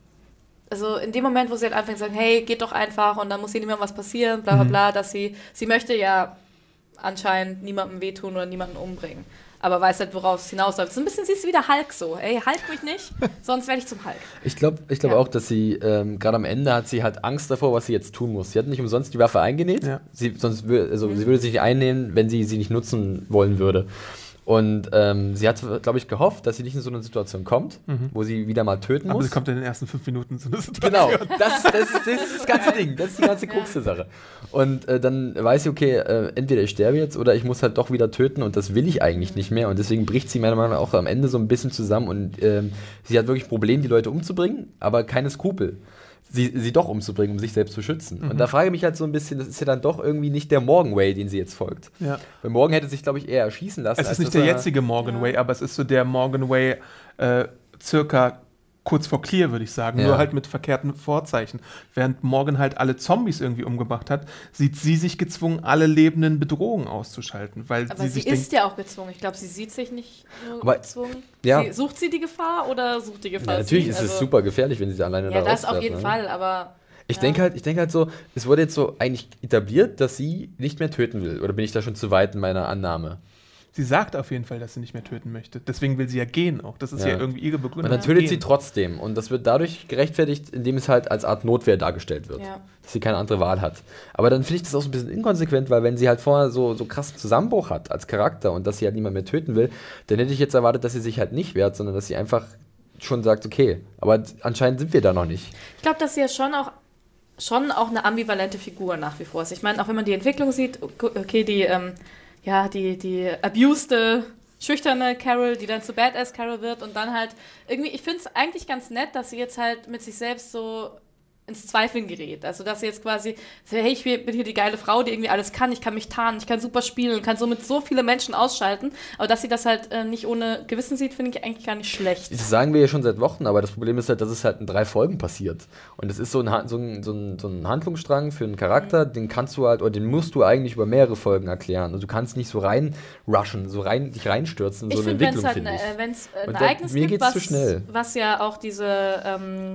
also in dem Moment, wo sie halt anfängt zu sagen, hey, geht doch einfach und dann muss hier niemandem was passieren, bla bla bla, dass sie möchte ja anscheinend niemandem wehtun oder niemanden umbringen. Aber weiß halt, worauf es hinausläuft. So ein bisschen siehst du wieder Hulk so. Ey, Hulk ruhig nicht, sonst werde ich zum Hulk. Ich glaube auch, dass sie, gerade am Ende hat sie halt Angst davor, was sie jetzt tun muss. Sie hat nicht umsonst die Waffe eingenäht. Ja. Sie würde sich nicht einnehmen, wenn sie nicht nutzen wollen würde. Und sie hat, glaube ich, gehofft, dass sie nicht in so eine Situation kommt, wo sie wieder mal töten muss. Aber sie kommt in den ersten 5 Minuten in so eine Situation. Genau, das ist das ganze Ding. Das ist die ganze Krux der Sache. Und dann weiß sie, okay, entweder ich sterbe jetzt oder ich muss halt doch wieder töten und das will ich eigentlich nicht mehr. Und deswegen bricht sie meiner Meinung nach auch am Ende so ein bisschen zusammen. Und sie hat wirklich ein Problem, die Leute umzubringen, aber keine Skrupel. Sie doch umzubringen, um sich selbst zu schützen. Und da frage ich mich halt so ein bisschen, das ist ja dann doch irgendwie nicht der Morgan Way, den sie jetzt folgt. Ja. Weil Morgan hätte sich, glaube ich, eher erschießen lassen. Es ist nicht der jetzige Morgan Way, aber es ist so der Morgan Way circa kurz vor Clear, würde ich sagen, nur halt mit verkehrten Vorzeichen. Während Morgan halt alle Zombies irgendwie umgebracht hat, sieht sie sich gezwungen, alle lebenden Bedrohungen auszuschalten. Weil aber sie ist ja auch gezwungen. Ich glaube, sie sieht sich nicht nur gezwungen. Ja. Sucht sie die Gefahr oder sucht die Gefahr sie? Natürlich ist es super gefährlich, wenn sie alleine da rausfährt. Ja, das auf jeden Fall, aber... Ich denke halt so, es wurde jetzt so eigentlich etabliert, dass sie nicht mehr töten will. Oder bin ich da schon zu weit in meiner Annahme? Sie sagt auf jeden Fall, dass sie nicht mehr töten möchte. Deswegen will sie ja gehen auch. Das ist ja irgendwie ihre Begründung. Und dann tötet sie trotzdem. Und das wird dadurch gerechtfertigt, indem es halt als Art Notwehr dargestellt wird. Ja. Dass sie keine andere Wahl hat. Aber dann finde ich das auch so ein bisschen inkonsequent, weil wenn sie halt vorher so krassen Zusammenbruch hat als Charakter und dass sie halt niemand mehr töten will, dann hätte ich jetzt erwartet, dass sie sich halt nicht wehrt, sondern dass sie einfach schon sagt, okay, aber anscheinend sind wir da noch nicht. Ich glaube, dass sie ja schon auch eine ambivalente Figur nach wie vor ist. Ich meine, auch wenn man die Entwicklung sieht, okay, die abused, schüchterne Carol, die dann zu Badass Carol wird und dann halt irgendwie, ich finde es eigentlich ganz nett, dass sie jetzt halt mit sich selbst so ins Zweifeln gerät. Also, dass sie jetzt quasi, hey, ich bin hier die geile Frau, die irgendwie alles kann, ich kann mich tarnen, ich kann super spielen, kann somit so viele Menschen ausschalten, aber dass sie das halt nicht ohne Gewissen sieht, finde ich eigentlich gar nicht schlecht. Das sagen wir ja schon seit Wochen, aber das Problem ist halt, dass es halt in 3 Folgen passiert. Und das ist so ein Handlungsstrang für einen Charakter, den kannst du halt, oder den musst du eigentlich über mehrere Folgen erklären. Und du kannst nicht so reinrushen, dich reinstürzen in so eine Entwicklung, finde ich. Wenn es ein Ereignis gibt, was ja auch diese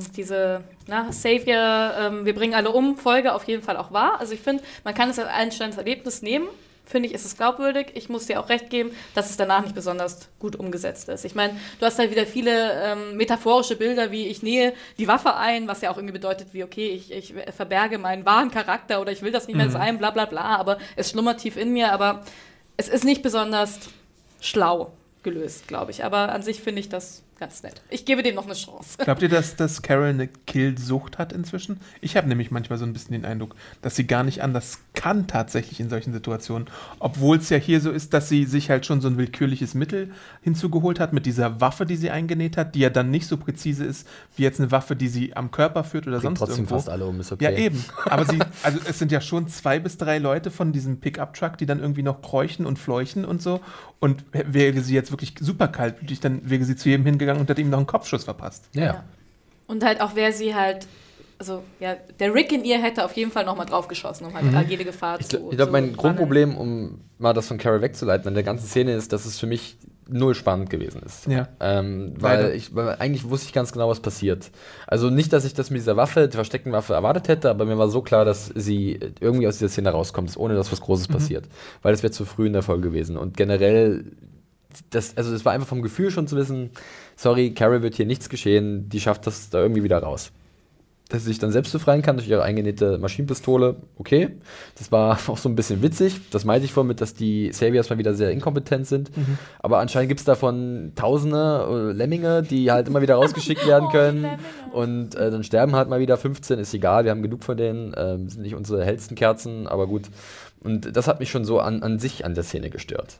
Savior, wir bringen alle um, Folge auf jeden Fall auch war. Also ich finde, man kann es als einstellendes Erlebnis nehmen. Finde ich, ist es glaubwürdig. Ich muss dir auch recht geben, dass es danach nicht besonders gut umgesetzt ist. Ich meine, du hast halt wieder viele metaphorische Bilder, wie ich nähe die Waffe ein, was ja auch irgendwie bedeutet, wie, okay, ich verberge meinen wahren Charakter oder ich will das nicht mehr sein, bla bla bla, aber es schlummert tief in mir, aber es ist nicht besonders schlau gelöst, glaube ich. Aber an sich finde ich das ganz nett. Ich gebe dem noch eine Chance. Glaubt ihr, dass Carol eine Killsucht hat inzwischen? Ich habe nämlich manchmal so ein bisschen den Eindruck, dass sie gar nicht anders kann tatsächlich in solchen Situationen. Obwohl es ja hier so ist, dass sie sich halt schon so ein willkürliches Mittel hinzugeholt hat mit dieser Waffe, die sie eingenäht hat, die ja dann nicht so präzise ist, wie jetzt eine Waffe, die sie am Körper führt oder sonst trotzdem irgendwo. Fast alle um, ist okay. Ja, eben. Aber es sind ja schon 2 bis 3 Leute von diesem Pickup-Truck, die dann irgendwie noch kräuchen und fleuchen und so. Und wäre sie jetzt wirklich super kaltblütig, dann wäre sie zu jedem hingegangen und hat ihm noch einen Kopfschuss verpasst. Ja. Und halt auch, wäre sie halt, also ja, der Rick in ihr hätte auf jeden Fall nochmal drauf geschossen, um halt jede Gefahr zu... Ich glaube, mein Grundproblem, um mal das von Carol wegzuleiten, an der ganzen Szene ist, dass es für mich 0 spannend gewesen ist. Ja. Weil eigentlich wusste ich ganz genau, was passiert. Also nicht, dass ich das mit dieser Waffe, der versteckten Waffe, erwartet hätte, aber mir war so klar, dass sie irgendwie aus dieser Szene rauskommt, ohne dass was Großes passiert. Weil das wäre zu früh in der Folge gewesen. Und generell, es war einfach vom Gefühl schon zu wissen, sorry, Carol wird hier nichts geschehen, die schafft das da irgendwie wieder raus. Dass sie sich dann selbst befreien kann durch ihre eingenähte Maschinenpistole, okay. Das war auch so ein bisschen witzig. Das meinte ich vorhin mit, dass die Saviors mal wieder sehr inkompetent sind. Aber anscheinend gibt es davon Tausende Lemminge, die halt immer wieder rausgeschickt werden können. Und dann sterben halt mal wieder 15, ist egal, wir haben genug von denen. Sind nicht unsere hellsten Kerzen, aber gut. Und das hat mich schon so an sich an der Szene gestört.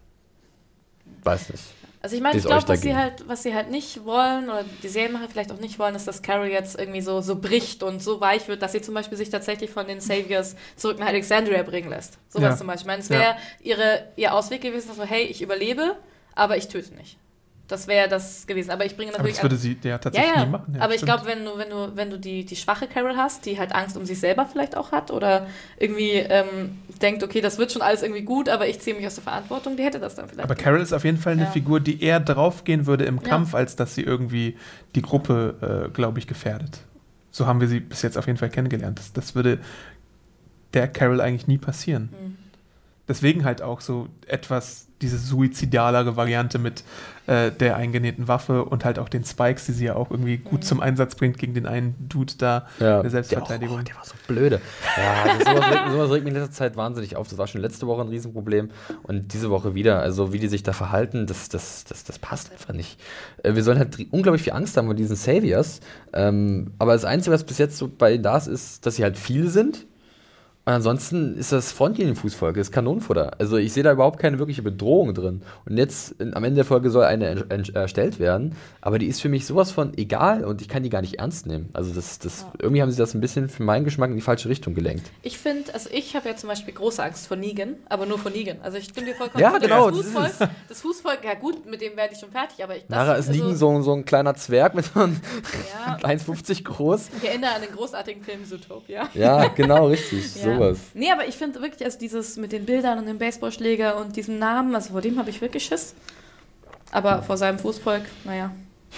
Weiß nicht. Also ich meine, ich glaube, was sie halt nicht wollen, oder die Serienmacher vielleicht auch nicht wollen, ist, dass Carol jetzt irgendwie so bricht und so weich wird, dass sie zum Beispiel sich tatsächlich von den Saviors zurück nach Alexandria bringen lässt. Sowas zum Beispiel. Ich meine, es wäre ihr Ausweg gewesen, so, hey, ich überlebe, aber ich töte nicht. Das wäre das gewesen. Aber ich bringe natürlich. Aber das würde sie tatsächlich nie machen. Ja, aber stimmt. Ich glaube, wenn du die schwache Carol hast, die halt Angst um sich selber vielleicht auch hat oder irgendwie denkt, okay, das wird schon alles irgendwie gut, aber ich ziehe mich aus der Verantwortung, die hätte das dann vielleicht. Aber Carol ist auf jeden Fall eine Figur, die eher draufgehen würde im Kampf, als dass sie irgendwie die Gruppe, glaube ich, gefährdet. So haben wir sie bis jetzt auf jeden Fall kennengelernt. Das würde der Carol eigentlich nie passieren. Mhm. Deswegen halt auch so etwas, diese suizidalere Variante mit der eingenähten Waffe und halt auch den Spikes, die sie ja auch irgendwie gut zum Einsatz bringt gegen den einen Dude da in der Selbstverteidigung. Der war so blöde. Ja, sowas regt mich in letzter Zeit wahnsinnig auf. Das war schon letzte Woche ein Riesenproblem und diese Woche wieder. Also wie die sich da verhalten, das passt einfach nicht. Wir sollen halt unglaublich viel Angst haben vor diesen Saviors. Aber das Einzige, was bis jetzt so bei ihnen da ist, dass sie halt viele sind. Und ansonsten ist das Frontlinienfußvolk, das ist Kanonenfutter. Also ich sehe da überhaupt keine wirkliche Bedrohung drin. Und jetzt, am Ende der Folge soll eine erstellt werden, aber die ist für mich sowas von egal und ich kann die gar nicht ernst nehmen. Also irgendwie haben sie das ein bisschen für meinen Geschmack in die falsche Richtung gelenkt. Ich finde, ich habe ja zum Beispiel große Angst vor Negan, aber nur vor Negan. Also ich stimme dir vollkommen zu. Ja, genau. Das Fußvolk, ja gut, mit dem werde ich schon fertig, aber Nara ist Negan so ein kleiner Zwerg mit so 1,50 groß. Ich erinnere an den großartigen Film Zootopia. Ja, genau, richtig. Ja. Sowas. Nee, aber ich finde wirklich, also dieses mit den Bildern und dem Baseballschläger und diesem Namen, also vor dem habe ich wirklich Schiss. Aber vor seinem Fußvolk, naja.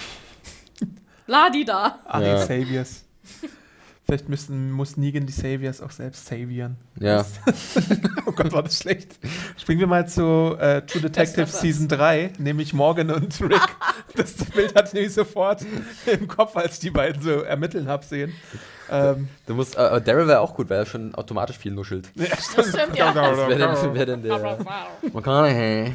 Ladida. Die Saviors. Vielleicht muss Negan die Saviors auch selbst savieren. Ja. Oh Gott, war das schlecht. Springen wir mal zu True Detective Season 3, nämlich Morgan und Rick. Das Bild hatte ich nämlich sofort im Kopf, als ich die beiden so ermitteln habe sehen. Du musst, Daryl wäre auch gut, weil er schon automatisch viel nuschelt. Ja, stimmt, ja. Das wäre denn der McConaughey.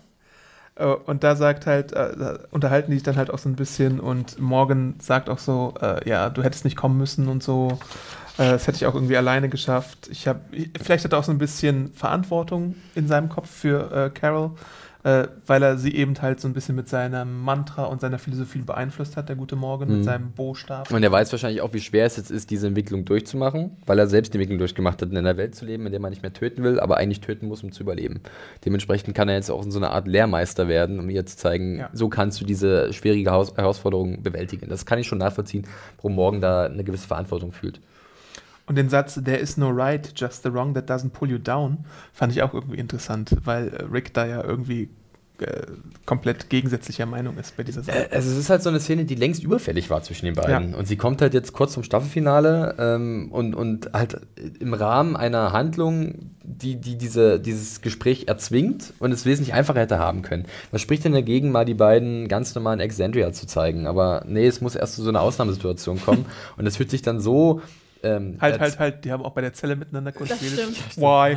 Und da sagt halt, unterhalten die sich dann halt auch so ein bisschen und Morgan sagt auch so, ja, du hättest nicht kommen müssen und so. Das hätte ich auch irgendwie alleine geschafft. Vielleicht hat er auch so ein bisschen Verantwortung in seinem Kopf für Carol, weil er sie eben halt so ein bisschen mit seinem Mantra und seiner Philosophie beeinflusst hat, der gute Morgan, mit seinem Bo-Stab. Und er weiß wahrscheinlich auch, wie schwer es jetzt ist, diese Entwicklung durchzumachen, weil er selbst die Entwicklung durchgemacht hat, in einer Welt zu leben, in der man nicht mehr töten will, aber eigentlich töten muss, um zu überleben. Dementsprechend kann er jetzt auch in so eine Art Lehrmeister werden, um ihr zu zeigen, so kannst du diese schwierige Herausforderung bewältigen. Das kann ich schon nachvollziehen, warum Morgan da eine gewisse Verantwortung fühlt. Und den Satz, there is no right, just the wrong that doesn't pull you down, fand ich auch irgendwie interessant, weil Rick da ja irgendwie komplett gegensätzlicher Meinung ist bei dieser Sache. Also es ist halt so eine Szene, die längst überfällig war zwischen den beiden. Ja. Und sie kommt halt jetzt kurz zum Staffelfinale und halt im Rahmen einer Handlung, die dieses Gespräch erzwingt und es wesentlich einfacher hätte haben können. Was spricht denn dagegen, mal die beiden ganz normalen Exandria zu zeigen? Aber nee, es muss erst zu so einer Ausnahmesituation kommen und es fühlt sich dann so Halt, die haben auch bei der Zelle miteinander kurz geredet. Why?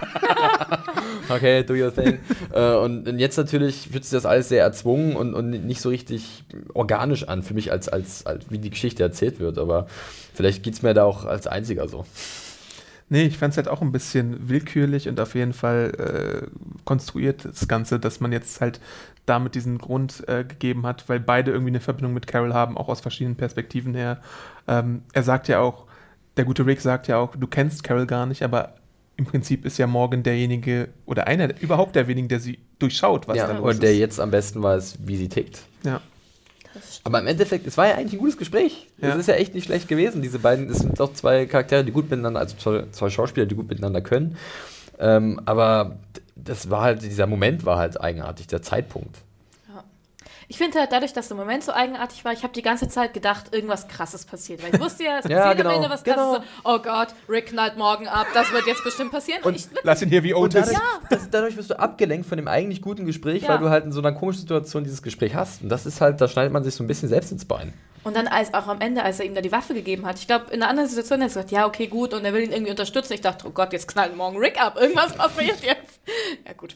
Okay, do your thing. Und jetzt natürlich fühlt sich das alles sehr erzwungen und nicht so richtig organisch an für mich, als wie die Geschichte erzählt wird. Aber vielleicht geht es mir da auch als Einziger so. Nee, ich fand es halt auch ein bisschen willkürlich und auf jeden Fall konstruiert, das Ganze, dass man jetzt halt damit diesen Grund gegeben hat, weil beide irgendwie eine Verbindung mit Carol haben, auch aus verschiedenen Perspektiven her. Er sagt ja auch, der gute Rick sagt ja auch, du kennst Carol gar nicht, aber im Prinzip ist ja Morgan derjenige oder überhaupt der der sie durchschaut, was da los ist. Und der jetzt am besten weiß, wie sie tickt. Ja. Aber im Endeffekt, es war ja eigentlich ein gutes Gespräch. Es ist ja echt nicht schlecht gewesen. Diese beiden, es sind doch zwei Charaktere, die gut miteinander, also zwei Schauspieler, die gut miteinander können. Aber das war halt, dieser Moment war halt eigenartig, der Zeitpunkt. Ich finde halt dadurch, dass der Moment so eigenartig war, ich habe die ganze Zeit gedacht, irgendwas Krasses passiert. Weil ich wusste ja, es passiert am Ende was Krasses. So, oh Gott, Rick knallt morgen ab, das wird jetzt bestimmt passieren. Und lass ihn hier wie Otis. Dadurch wirst du abgelenkt von dem eigentlich guten Gespräch, weil du halt in so einer komischen Situation dieses Gespräch hast. Und das ist halt, da schneidet man sich so ein bisschen selbst ins Bein. Und dann auch am Ende, als er ihm da die Waffe gegeben hat, ich glaube, in einer anderen Situation hat er gesagt, ja, okay, gut, und er will ihn irgendwie unterstützen. Ich dachte, oh Gott, jetzt knallt morgen Rick ab, irgendwas passiert jetzt. Ja, gut.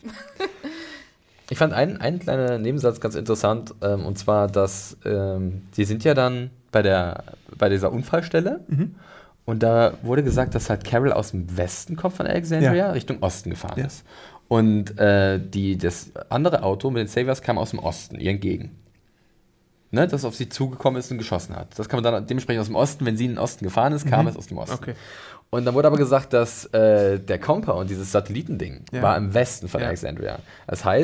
Ich fand einen kleinen Nebensatz ganz interessant, und zwar, dass die sind ja dann bei dieser Unfallstelle und da wurde gesagt, dass halt Carol aus dem Westen kommt von Alexandria, Richtung Osten gefahren ist. Und das andere Auto mit den Saviors kam aus dem Osten, ihr entgegen. Ne, das auf sie zugekommen ist und geschossen hat. Das kann man dann dementsprechend aus dem Osten, wenn sie in den Osten gefahren ist, kam es aus dem Osten. Okay. Und dann wurde aber gesagt, dass der Compound, dieses Satellitending, war im Westen von Alexandria. Das heißt,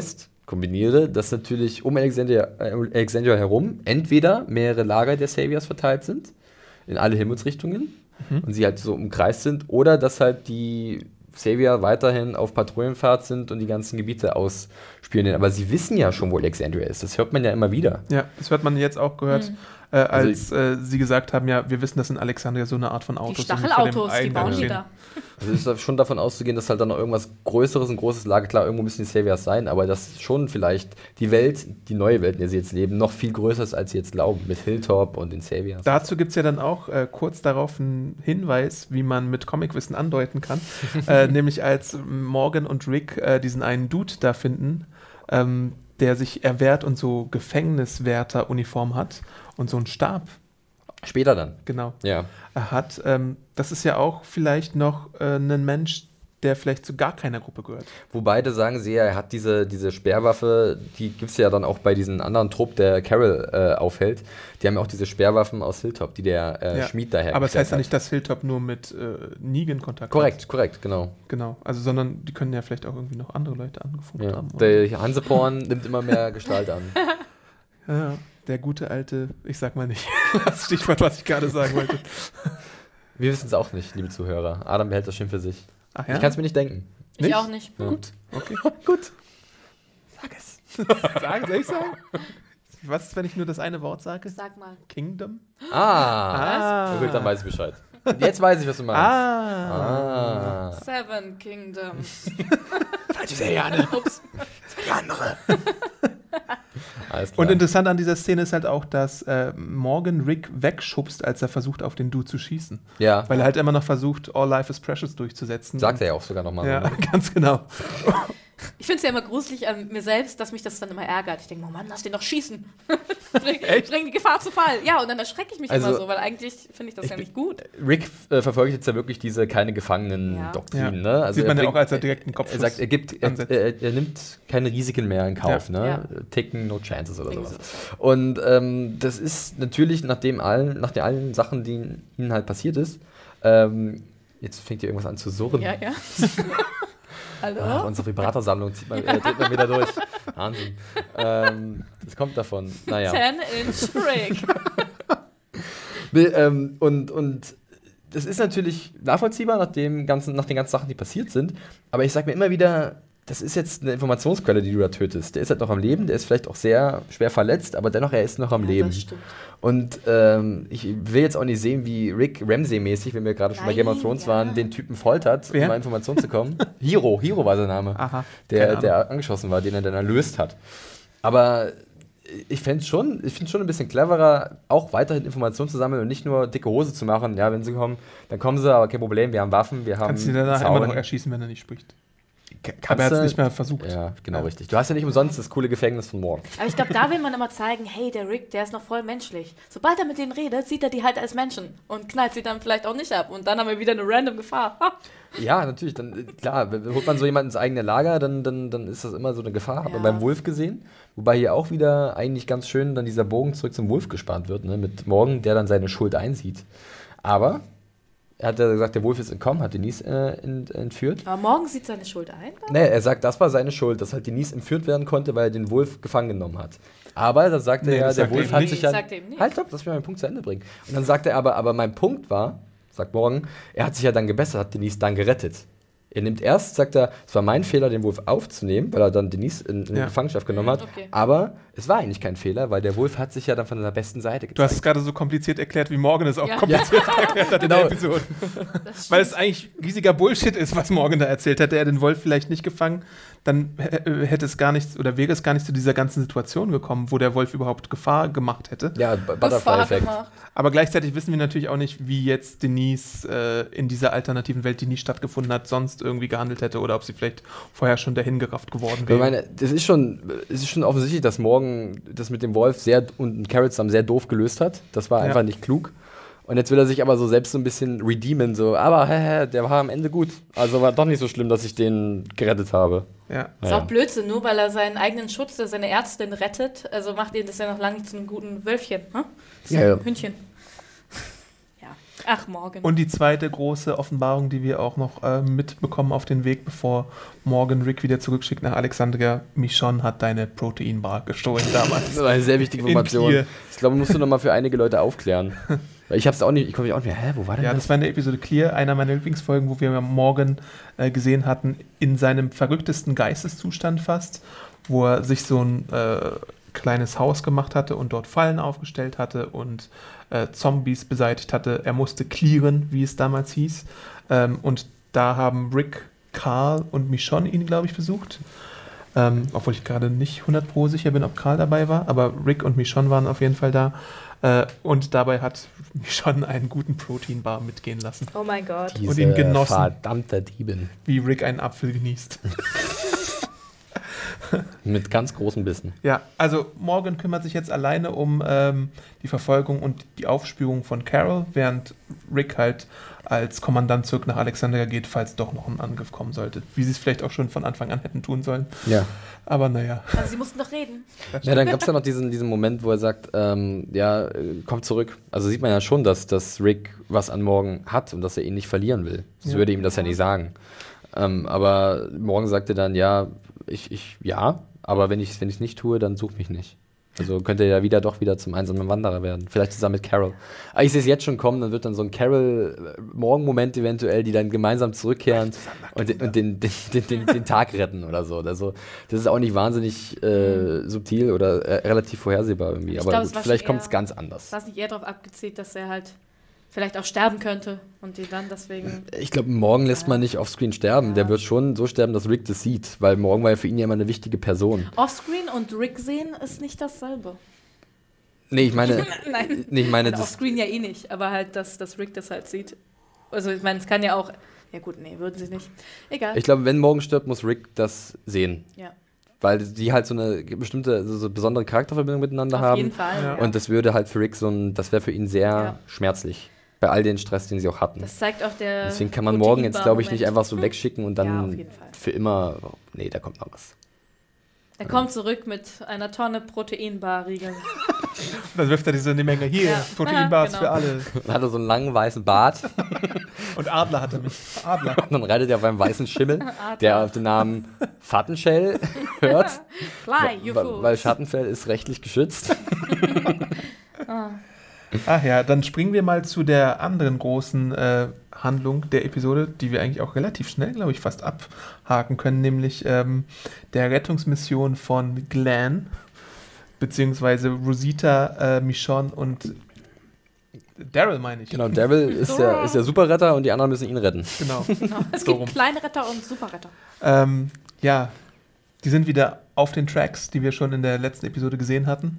kombiniere, dass natürlich um Alexandria herum entweder mehrere Lager der Saviors verteilt sind, in alle Himmelsrichtungen, und sie halt so umkreist sind, oder dass halt die Savior weiterhin auf Patrouillenfahrt sind und die ganzen Gebiete ausspionieren. Aber sie wissen ja schon, wo Alexandria ist. Das hört man ja immer wieder. Ja, das hat man jetzt auch gehört, als sie gesagt haben, ja, wir wissen, dass in Alexandria so eine Art von Autos sind. Die Stachelautos, die bauen die da. Also es ist schon davon auszugehen, dass halt dann noch irgendwas Größeres, ein großes Lager, klar, irgendwo müssen die Saviors sein, aber dass schon vielleicht die Welt, die neue Welt, in der sie jetzt leben, noch viel größer ist, als sie jetzt glauben, mit Hilltop und den Saviors. Dazu gibt es ja dann auch kurz darauf einen Hinweis, wie man mit Comicwissen andeuten kann, nämlich als Morgan und Rick diesen einen Dude da finden, der sich erwehrt und so Gefängniswärteruniform hat und so einen Stab. Später dann. Genau. Ja. Er hat, das ist ja auch vielleicht noch ein Mensch, der vielleicht zu gar keiner Gruppe gehört. Wobei, da sagen sie ja, er hat diese Speerwaffe, die gibt es ja dann auch bei diesem anderen Trupp, der Carol aufhält. Die haben ja auch diese Speerwaffen aus Hilltop, die der Schmied daher. Aber es heißt ja nicht, dass Hilltop nur mit Negan Kontakt hat. Korrekt, genau. Genau, also sondern die können ja vielleicht auch irgendwie noch andere Leute angefunkt haben. Der Hanseporn nimmt immer mehr Gestalt an. Ja, der gute alte, ich sag mal nicht, das Stichwort, was ich gerade sagen wollte. Wir wissen es auch nicht, liebe Zuhörer. Adam behält das schön für sich. Ach ja? Ich kann es mir nicht denken. Ich auch nicht. Ja. Gut, okay. Gut. Sag es. Soll ich sagen? Was ist, wenn ich nur das eine Wort sage? Sag mal. Kingdom? Na gut, dann weiß ich Bescheid. Jetzt weiß ich, was du meinst. Seven Kingdoms. Falsche Serie, Anne. Ups. Die andere. Alles klar. Und interessant an dieser Szene ist halt auch, dass Morgan Rick wegschubst, als er versucht, auf den Dude zu schießen. Ja. Weil er halt immer noch versucht, All Life is Precious durchzusetzen. Sagt er ja auch sogar nochmal. Ja, so, ne? ganz genau. Ich finde es ja immer gruselig an mir selbst, dass mich das dann immer ärgert. Ich denke, oh Mann, lass den doch schießen. Bring die Gefahr zu Fall. Ja, und dann erschrecke ich mich immer so, weil eigentlich finde ich das ja nicht gut. Rick verfolgt jetzt ja wirklich diese keine Gefangenen-Doktrin. Ja. Ne? Also sieht man ja auch, als er direkt einen Kopfschuss sagt, er nimmt keine Risiken mehr in Kauf. Ja. Ne? Ja. Taking no chances oder sowas. Und das ist natürlich nach den allen Sachen, die ihnen halt passiert ist, jetzt fängt hier irgendwas an zu surren. Ja. Hallo? Unsere Vibratorsammlung dreht man wieder durch. Wahnsinn. Das kommt davon. Naja. 10-inch Rick. Und das ist natürlich nachvollziehbar nach den ganzen Sachen, die passiert sind. Aber ich sage mir immer wieder, das ist jetzt eine Informationsquelle, die du da tötest. Der ist halt noch am Leben, der ist vielleicht auch sehr schwer verletzt, aber dennoch, er ist noch am Leben. Das stimmt. Und ich will jetzt auch nicht sehen, wie Rick Ramsay-mäßig, wenn wir gerade schon bei Game of Thrones waren, den Typen foltert, um an Informationen zu kommen. Hiro war sein Name. Aha, der angeschossen war, den er dann erlöst hat. Aber ich finde es schon ein bisschen cleverer, auch weiterhin Informationen zu sammeln und nicht nur dicke Hose zu machen. Ja, wenn sie kommen, dann kommen sie, aber kein Problem, wir haben Waffen, wir haben Kannst du ihn danach immer noch erschießen, wenn er nicht spricht. Aber er hat es nicht mehr versucht. Ja, genau, richtig. Du hast ja nicht umsonst das coole Gefängnis von Morgan. Aber ich glaube, da will man immer zeigen, hey, der Rick, der ist noch voll menschlich. Sobald er mit denen redet, sieht er die halt als Menschen und knallt sie dann vielleicht auch nicht ab. Und dann haben wir wieder eine random Gefahr. Ja, natürlich. Dann, klar, holt man so jemanden ins eigene Lager, dann ist das immer so eine Gefahr. Hat man beim Wolf gesehen. Wobei hier auch wieder eigentlich ganz schön dann dieser Bogen zurück zum Wolf gespannt wird, ne? Mit Morgan, der dann seine Schuld einsieht. Aber er hat ja gesagt, der Wolf ist entkommen, hat Denise entführt. Aber Morgan sieht seine Schuld ein? Nee, er sagt, das war seine Schuld, dass halt Denise entführt werden konnte, weil er den Wolf gefangen genommen hat. Aber da sagt er ja, der Wolf hat sich ja... Halt, stopp, lass mich mal meinen Punkt zu Ende bringen. Und dann sagt er aber mein Punkt war, sagt Morgan, er hat sich ja dann gebessert, hat Denise dann gerettet. Er nimmt erst, sagt er, es war mein Fehler, den Wolf aufzunehmen, weil er dann Denise in Gefangenschaft genommen hat. Okay. Aber es war eigentlich kein Fehler, weil der Wolf hat sich ja dann von der besten Seite gezeigt. Du hast es gerade so kompliziert erklärt, wie Morgan es auch kompliziert erklärt hat in der Episode. Weil es eigentlich riesiger Bullshit ist, was Morgan da erzählt hat. Hätte er den Wolf vielleicht nicht gefangen, dann hätte es gar nicht, oder wäre es gar nicht zu dieser ganzen Situation gekommen, wo der Wolf überhaupt Gefahr gemacht hätte. Ja, Butterfly-Effekt. Aber gleichzeitig wissen wir natürlich auch nicht, wie jetzt Denise in dieser alternativen Welt, die nie stattgefunden hat, sonst irgendwie gehandelt hätte oder ob sie vielleicht vorher schon dahingerafft geworden wäre. Ich meine, es ist schon offensichtlich, dass Morgan das mit dem Wolf und Carol zusammen sehr doof gelöst hat. Das war einfach nicht klug. Und jetzt will er sich aber so selbst so ein bisschen redeemen, so, aber der war am Ende gut. Also war doch nicht so schlimm, dass ich den gerettet habe. Ja. Ist auch Blödsinn, nur weil er seinen eigenen Schutz, seine Ärztin rettet, also macht ihn das ja noch lange nicht zu einem guten Wölfchen, ne? Das ist ein Hündchen. Ja. Ach, Morgan. Und die zweite große Offenbarung, die wir auch noch mitbekommen auf den Weg, bevor Morgan Rick wieder zurückschickt nach Alexandria. Michonne hat deine Proteinbar gestohlen damals. Das war eine sehr wichtige Information. Ich glaube, musst du noch mal für einige Leute aufklären. Ich hab's auch nicht, ich komme mich auch nicht mehr, wo war denn das? Ja, das war in der Episode Clear, einer meiner Lieblingsfolgen, wo wir Morgan gesehen hatten, in seinem verrücktesten Geisteszustand fast, wo er sich so ein kleines Haus gemacht hatte und dort Fallen aufgestellt hatte und Zombies beseitigt hatte. Er musste clearen, wie es damals hieß. Und da haben Rick, Carl und Michonne ihn, glaube ich, besucht. Obwohl ich gerade nicht 100% sicher bin, ob Carl dabei war, aber Rick und Michonne waren auf jeden Fall da. Und dabei hat Michonne einen guten Proteinbar mitgehen lassen. Oh mein Gott. Diese und ihn genossen. Verdammte Diebin. Wie Rick einen Apfel genießt. Mit ganz großen Bissen. Ja, also Morgan kümmert sich jetzt alleine um die Verfolgung und die Aufspürung von Carol, während Rick halt als Kommandant zurück nach Alexandria geht, falls doch noch ein Angriff kommen sollte. Wie sie es vielleicht auch schon von Anfang an hätten tun sollen. Ja. Aber naja. Aber sie mussten doch reden. Ja, dann gab es ja noch diesen Moment, wo er sagt, kommt zurück. Also sieht man ja schon, dass Rick was an Morgan hat und dass er ihn nicht verlieren will. Das würde ihm das ja nicht sagen. Aber Morgan sagte dann, aber wenn ich es nicht tue, dann such mich nicht. Also könnte er ja doch wieder zum einsamen Wanderer werden. Vielleicht zusammen mit Carol. Aber ich sehe es jetzt schon kommen, dann wird dann so ein Carol-Morgen-Moment eventuell, die dann gemeinsam zurückkehren und den Tag retten oder so. Also das ist auch nicht wahnsinnig subtil oder relativ vorhersehbar irgendwie. Aber gut, vielleicht kommt es ganz anders. War es nicht eher darauf abgezielt, dass er halt vielleicht auch sterben könnte und die dann deswegen... Ich glaube, Morgan lässt man nicht offscreen sterben. Ja. Der wird schon so sterben, dass Rick das sieht, weil Morgan war ja für ihn ja immer eine wichtige Person. Offscreen und Rick sehen ist nicht dasselbe. Nee, ich meine... Nein, nee, ich meine Offscreen ja eh nicht, aber halt, dass Rick das halt sieht. Also ich meine, es kann ja auch... Ja gut, nee, würden sie nicht. Egal. Ich glaube, wenn Morgan stirbt, muss Rick das sehen. Ja. Weil die halt so eine bestimmte, so besondere Charakterverbindung miteinander haben. Auf jeden Fall, ja. Und das würde halt für Rick das wäre für ihn sehr schmerzlich. Bei all den Stress, den sie auch hatten. Das zeigt auch der... Deswegen kann man Morgan jetzt, glaube ich, nicht einfach so wegschicken und dann auf jeden Fall. für immer... Nee, da kommt noch was. Er kommt zurück mit einer Tonne Proteinbar-Riegeln. Dann wirft er diese Menge hier, Proteinbars für alle. Dann hat er so einen langen weißen Bart. Und Adler hat er mit. Adler. Und dann reitet er auf einem weißen Schimmel, der auf den Namen Fattenshell hört. Fly, you fools. Weil Schattenfell ist rechtlich geschützt. Ach ja, dann springen wir mal zu der anderen großen Handlung der Episode, die wir eigentlich auch relativ schnell, glaube ich, fast abhaken können, nämlich der Rettungsmission von Glenn, beziehungsweise Rosita, Michonne und Daryl, meine ich. Genau, Daryl ist der Superretter und die anderen müssen ihn retten. Genau. Es gibt kleine Retter und Superretter. Ja, die sind wieder auf den Tracks, die wir schon in der letzten Episode gesehen hatten.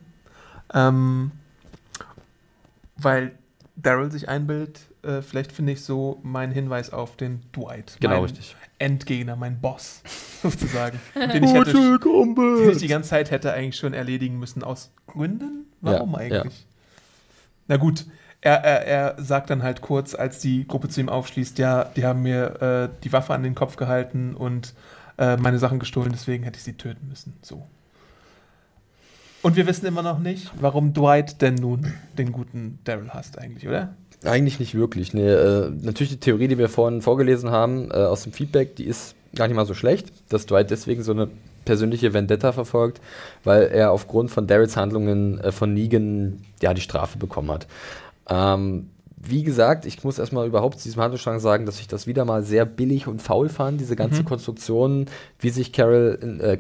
Weil Daryl sich einbildet, vielleicht finde ich so meinen Hinweis auf den Dwight. Genau, richtig. Endgegner, mein Boss, sozusagen. den ich die ganze Zeit hätte eigentlich schon erledigen müssen. Aus Gründen? Warum eigentlich? Ja. Na gut, er sagt dann halt kurz, als die Gruppe zu ihm aufschließt, ja, die haben mir die Waffe an den Kopf gehalten und meine Sachen gestohlen, deswegen hätte ich sie töten müssen. So. Und wir wissen immer noch nicht, warum Dwight denn nun den guten Daryl hasst eigentlich, oder? Eigentlich nicht wirklich. Nee, natürlich die Theorie, die wir vorhin vorgelesen haben, aus dem Feedback, die ist gar nicht mal so schlecht, dass Dwight deswegen so eine persönliche Vendetta verfolgt, weil er aufgrund von Daryls Handlungen von Negan die Strafe bekommen hat. Wie gesagt, ich muss erstmal überhaupt zu diesem Handlungsstrang sagen, dass ich das wieder mal sehr billig und faul fand, diese ganze Konstruktion, wie sich Daryl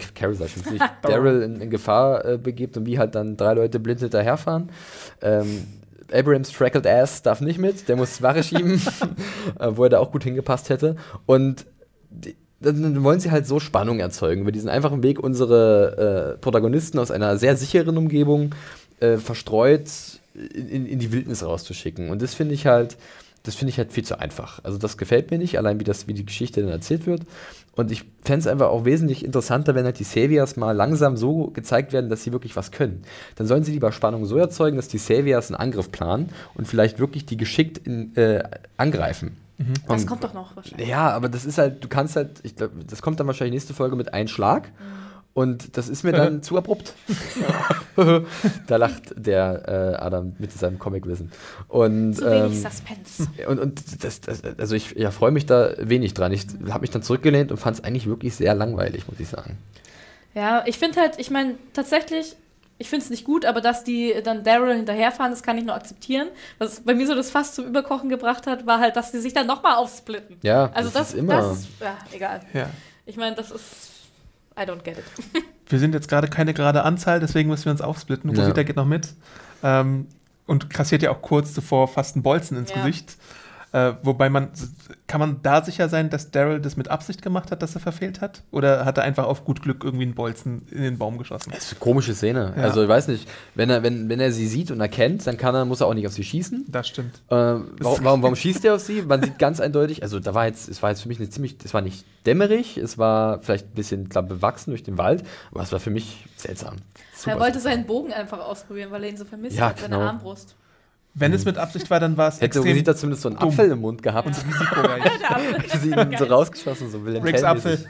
in Gefahr begibt und wie halt dann 3 Leute blind hinterherfahren. Abrams Freckled Ass darf nicht mit, der muss Ware schieben, wo er da auch gut hingepasst hätte. Und dann wollen sie halt so Spannung erzeugen, über diesen einfachen Weg unsere Protagonisten aus einer sehr sicheren Umgebung verstreut in die Wildnis rauszuschicken. Und das finde ich halt viel zu einfach. Also das gefällt mir nicht, allein wie die Geschichte dann erzählt wird. Und ich fände es einfach auch wesentlich interessanter, wenn halt die Saviors mal langsam so gezeigt werden, dass sie wirklich was können. Dann sollen sie lieber Spannung so erzeugen, dass die Saviors einen Angriff planen und vielleicht wirklich die geschickt angreifen. Das kommt doch noch wahrscheinlich. Ja, aber das ist halt, du kannst halt, ich glaube, das kommt dann wahrscheinlich nächste Folge mit einem Schlag. Und das ist mir dann zu abrupt. Da lacht der Adam mit seinem Comic-Wissen. Und, zu wenig Suspense. Und also ich freue mich da wenig dran. Ich habe mich dann zurückgelehnt und fand es eigentlich wirklich sehr langweilig, muss ich sagen. Ja, ich finde halt, tatsächlich, ich finde es nicht gut, aber dass die dann Daryl hinterherfahren, das kann ich nur akzeptieren. Was bei mir so das Fass zum Überkochen gebracht hat, war halt, dass die sich dann nochmal aufsplitten. Ja, also das ist immer... Das ist, egal. Ja. Ich meine, das ist... I don't get it. Wir sind jetzt gerade keine gerade Anzahl, deswegen müssen wir uns aufsplitten. Rosita geht noch mit und kassiert ja auch kurz zuvor fast einen Bolzen ins Gesicht. Wobei kann man da sicher sein, dass Daryl das mit Absicht gemacht hat, dass er verfehlt hat? Oder hat er einfach auf gut Glück irgendwie einen Bolzen in den Baum geschossen? Das ist eine komische Szene. Ja. Also ich weiß nicht, wenn er sie sieht und erkennt, dann muss er auch nicht auf sie schießen. Das stimmt. Warum schießt er auf sie? Man sieht ganz eindeutig, also es war jetzt für mich es war nicht dämmerig, es war vielleicht ein bisschen bewachsen durch den Wald, aber es war für mich seltsam. Er wollte seinen Bogen einfach ausprobieren, weil er ihn so vermisst hat, seine Armbrust. Wenn es mit Absicht war, dann war es extrem. Hätte Rosita zumindest so einen Apfel im Mund gehabt. Und so risikoreich. Hätte sie ihn so rausgeschossen, so Willem Ricks Apfel.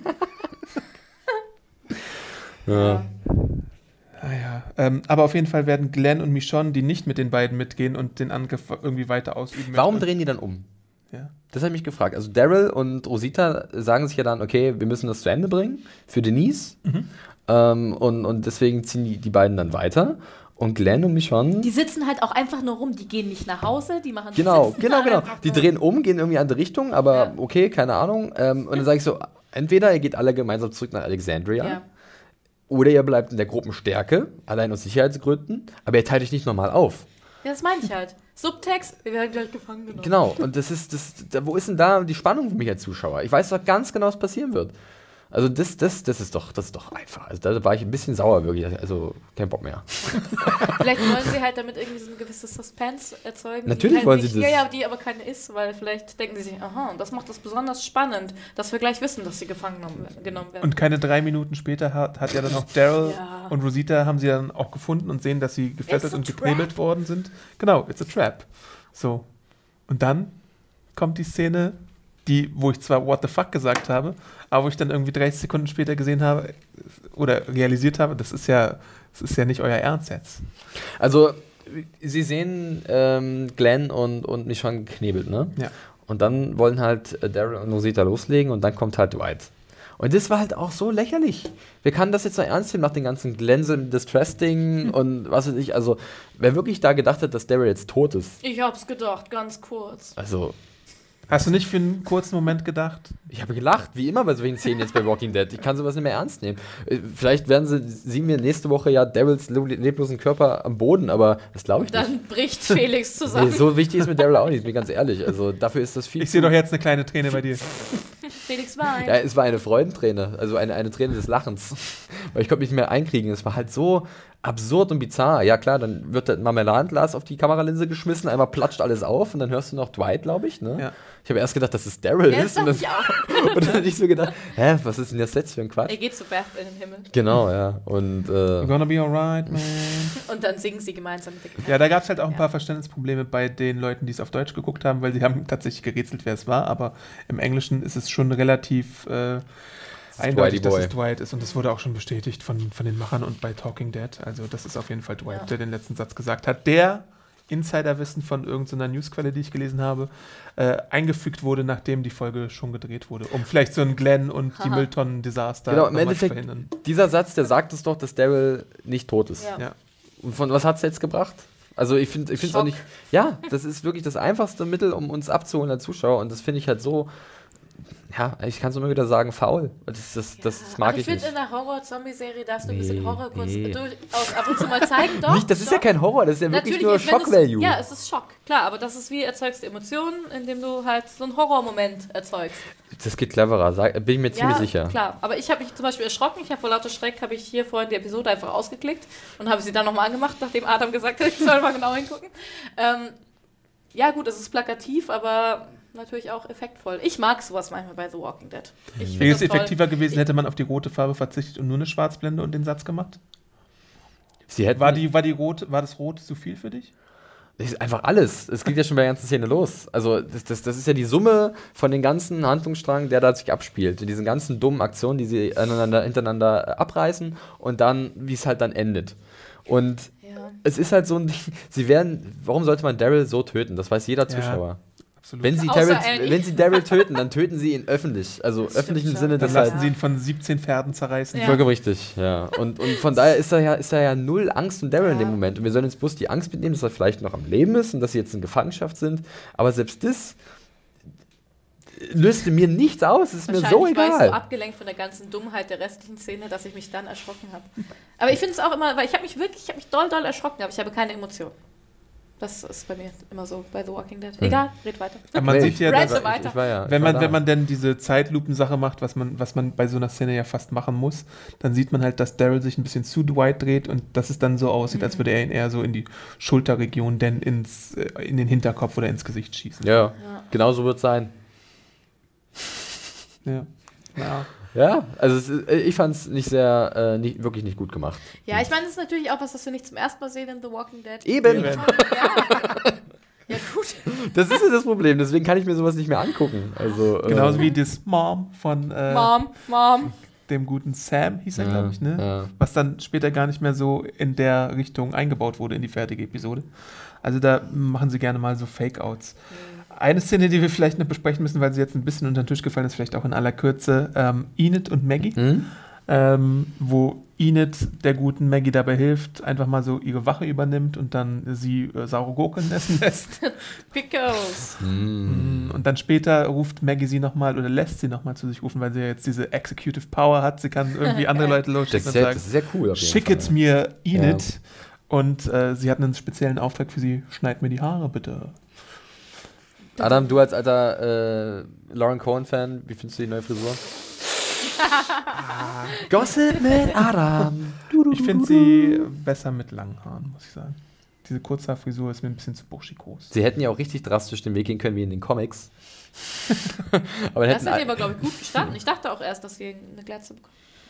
Ja. Aber auf jeden Fall werden Glenn und Michonne, die nicht mit den beiden mitgehen und den Angriff irgendwie weiter ausüben. Warum drehen die dann um? Ja. Das habe ich mich gefragt. Also Daryl und Rosita sagen sich ja dann, okay, wir müssen das zu Ende bringen für Denise. Und deswegen ziehen die beiden dann weiter. Und Glenn und Michonne... Die sitzen halt auch einfach nur rum. Die gehen nicht nach Hause, die machen... Genau. Die drehen um, gehen irgendwie in eine andere Richtung, aber okay, keine Ahnung. Und dann sage ich so, entweder ihr geht alle gemeinsam zurück nach Alexandria oder ihr bleibt in der Gruppenstärke, allein aus Sicherheitsgründen, aber ihr teilt euch nicht normal auf. Ja, das meine ich halt. Subtext, wir werden gleich gefangen genommen. Genau, und wo ist denn da die Spannung für mich als Zuschauer? Ich weiß doch ganz genau, was passieren wird. Also das ist doch einfach. Also da war ich ein bisschen sauer, wirklich. Also kein Bock mehr. Vielleicht wollen sie halt damit irgendwie so ein gewisses Suspense erzeugen. Natürlich wollen sie das. Ja, die aber keine ist, weil vielleicht denken sie sich, aha, und das macht das besonders spannend, dass wir gleich wissen, dass sie gefangen genommen werden. Und keine 3 Minuten später hat ja dann auch Daryl und Rosita haben sie dann auch gefunden und sehen, dass sie gefesselt und geknebelt worden sind. Genau, it's a trap. So. Und dann kommt die Szene, wo ich zwar what the fuck gesagt habe, aber wo ich dann irgendwie 30 Sekunden später gesehen habe oder realisiert habe, das ist ja nicht euer Ernst jetzt. Also, sie sehen Glenn und Michonne geknebelt, ne? Ja. Und dann wollen halt Daryl und Rosita loslegen und dann kommt halt Dwight. Und das war halt auch so lächerlich. Wer kann das jetzt noch ernst nehmen nach den ganzen Distress-Ding und was weiß ich. Also, wer wirklich da gedacht hat, dass Daryl jetzt tot ist. Ich hab's gedacht, ganz kurz. Also... Hast du nicht für einen kurzen Moment gedacht? Ich habe gelacht, wie immer bei solchen Szenen jetzt bei Walking Dead. Ich kann sowas nicht mehr ernst nehmen. Vielleicht werden sie mir nächste Woche ja Daryls leblosen Körper am Boden, aber das glaube ich nicht. Dann bricht Felix zusammen. Nee, so wichtig ist mir Daryl auch nicht, bin ganz ehrlich. Also dafür ist das viel. Ich sehe doch jetzt eine kleine Träne bei dir. Felix weint. Ja, es war eine Freudenträne, also eine Träne des Lachens. Weil ich konnte mich nicht mehr einkriegen. Es war halt so absurd und bizarr. Ja klar, dann wird ein Marmeladenglas auf die Kameralinse geschmissen, einmal platscht alles auf und dann hörst du noch Dwight, glaube ich, ne? Ja. Ich habe erst gedacht, dass es Daryl ist. Und dann habe ich so gedacht, was ist denn das jetzt für ein Quatsch? Er geht zu Beth in den Himmel. Genau, ja. Und, We're gonna be alright, man. Und dann singen sie gemeinsam mit der Gitarre. Ja, da gab es halt auch ein paar Verständnisprobleme bei den Leuten, die es auf Deutsch geguckt haben, weil sie haben tatsächlich gerätselt, wer es war, aber im Englischen ist es schon relativ eindeutig, dass es Dwight ist und das wurde auch schon bestätigt von den Machern und bei Talking Dead. Also das ist auf jeden Fall Dwight, der den letzten Satz gesagt hat. Der Insiderwissen von irgendeiner Newsquelle, die ich gelesen habe, eingefügt wurde, nachdem die Folge schon gedreht wurde, um vielleicht so ein Glenn und die Mülltonnen-Desaster im Endeffekt, zu verhindern. Dieser Satz, der sagt es doch, dass Daryl nicht tot ist. Ja. Und von was hat es jetzt gebracht? Also ich finde es auch nicht... Ja, das ist wirklich das einfachste Mittel, um uns abzuholen als Zuschauer und das finde ich halt so... Ja, ich kann es immer wieder sagen, faul. Das mag ich nicht. Ich finde, in einer Horror-Zombie-Serie darfst du ein bisschen Horror kurz durchaus ab und zu mal zeigen. Doch, nicht, das ist ja kein Horror, das ist ja wirklich nur Shock-Value. Ja, es ist Schock, klar, aber das ist wie erzeugst du Emotionen, indem du halt so einen Horror-Moment erzeugst. Das geht cleverer, bin ich mir ziemlich sicher. Ja, klar, aber ich habe mich zum Beispiel erschrocken, ich habe vor lauter Schreck, habe ich hier vorhin die Episode einfach ausgeklickt und habe sie dann nochmal angemacht, nachdem Adam gesagt hat, ich soll mal genau hingucken. Ja gut, es ist plakativ, aber... natürlich auch effektvoll. Ich mag sowas manchmal bei The Walking Dead. Wäre es effektiver gewesen, hätte man auf die rote Farbe verzichtet und nur eine Schwarzblende und den Satz gemacht? War das Rot zu viel für dich? Das ist einfach alles. Es geht ja schon bei der ganzen Szene los. Also, das ist ja die Summe von den ganzen Handlungsstrang, der da sich abspielt. In diesen ganzen dummen Aktionen, die sie hintereinander abreißen und dann, wie es halt dann endet. Und es ist halt so ein Ding, warum sollte man Daryl so töten? Das weiß jeder Zuschauer. Absolut. Wenn sie Daryl töten, dann töten sie ihn öffentlich. Also öffentlichen Sinne. Dann lassen sie ihn von 17 Pferden zerreißen. Vollkommen richtig, ja. Und von daher ist da ja null Angst um Daryl in dem Moment. Und wir sollen jetzt bloß die Angst mitnehmen, dass er vielleicht noch am Leben ist und dass sie jetzt in Gefangenschaft sind. Aber selbst das löste mir nichts aus. Es ist mir so egal. War ich so abgelenkt von der ganzen Dummheit der restlichen Szene, dass ich mich dann erschrocken habe. Aber ich finde es auch immer, weil ich habe mich doll erschrocken, aber ich habe keine Emotion. Das ist bei mir immer so bei The Walking Dead. Egal, red weiter. Aber man sieht ja, weiter. Wenn man denn diese Zeitlupensache macht, was man bei so einer Szene ja fast machen muss, dann sieht man halt, dass Daryl sich ein bisschen zu Dwight dreht und dass es dann so aussieht, als würde er ihn eher so in die Schulterregion, denn in den Hinterkopf oder ins Gesicht schießen. Ja. Genau so wird es sein. Ja, also ich fand es wirklich nicht gut gemacht. Ja, ich meine, das ist natürlich auch was wir nicht zum ersten Mal sehen in The Walking Dead. Eben. Ja, gut. Das ist ja das Problem, deswegen kann ich mir sowas nicht mehr angucken. Also, genauso wie das Mom von Mom. dem guten Sam, hieß er, glaube ich, ne? Ja. Was dann später gar nicht mehr so in der Richtung eingebaut wurde in die fertige Episode. Also da machen sie gerne mal so Fake-Outs. Eine Szene, die wir vielleicht noch besprechen müssen, weil sie jetzt ein bisschen unter den Tisch gefallen ist, vielleicht auch in aller Kürze, Enid und Maggie, wo Enid der guten Maggie dabei hilft, einfach mal so ihre Wache übernimmt und dann sie saure Gurken essen lässt. Pickles. Und dann später ruft Maggie sie nochmal oder lässt sie nochmal zu sich rufen, weil sie ja jetzt diese Executive Power hat. Sie kann irgendwie andere Leute losschicken und sagen, das ist sehr cool. Schicket mir Enid. Ja. Und sie hat einen speziellen Auftrag für sie, schneid mir die Haare bitte. Adam, du als alter Lauren Cohen-Fan, wie findest du die neue Frisur? Gossip mit Adam. Ich finde sie besser mit langen Haaren, muss ich sagen. Diese Kurzhaarfrisur ist mir ein bisschen zu burschikos. Sie hätten ja auch richtig drastisch den Weg gehen können, wie in den Comics. Aber das hat aber, glaube ich, gut gestanden. Ich dachte auch erst, dass sie eine Glatze bekommen.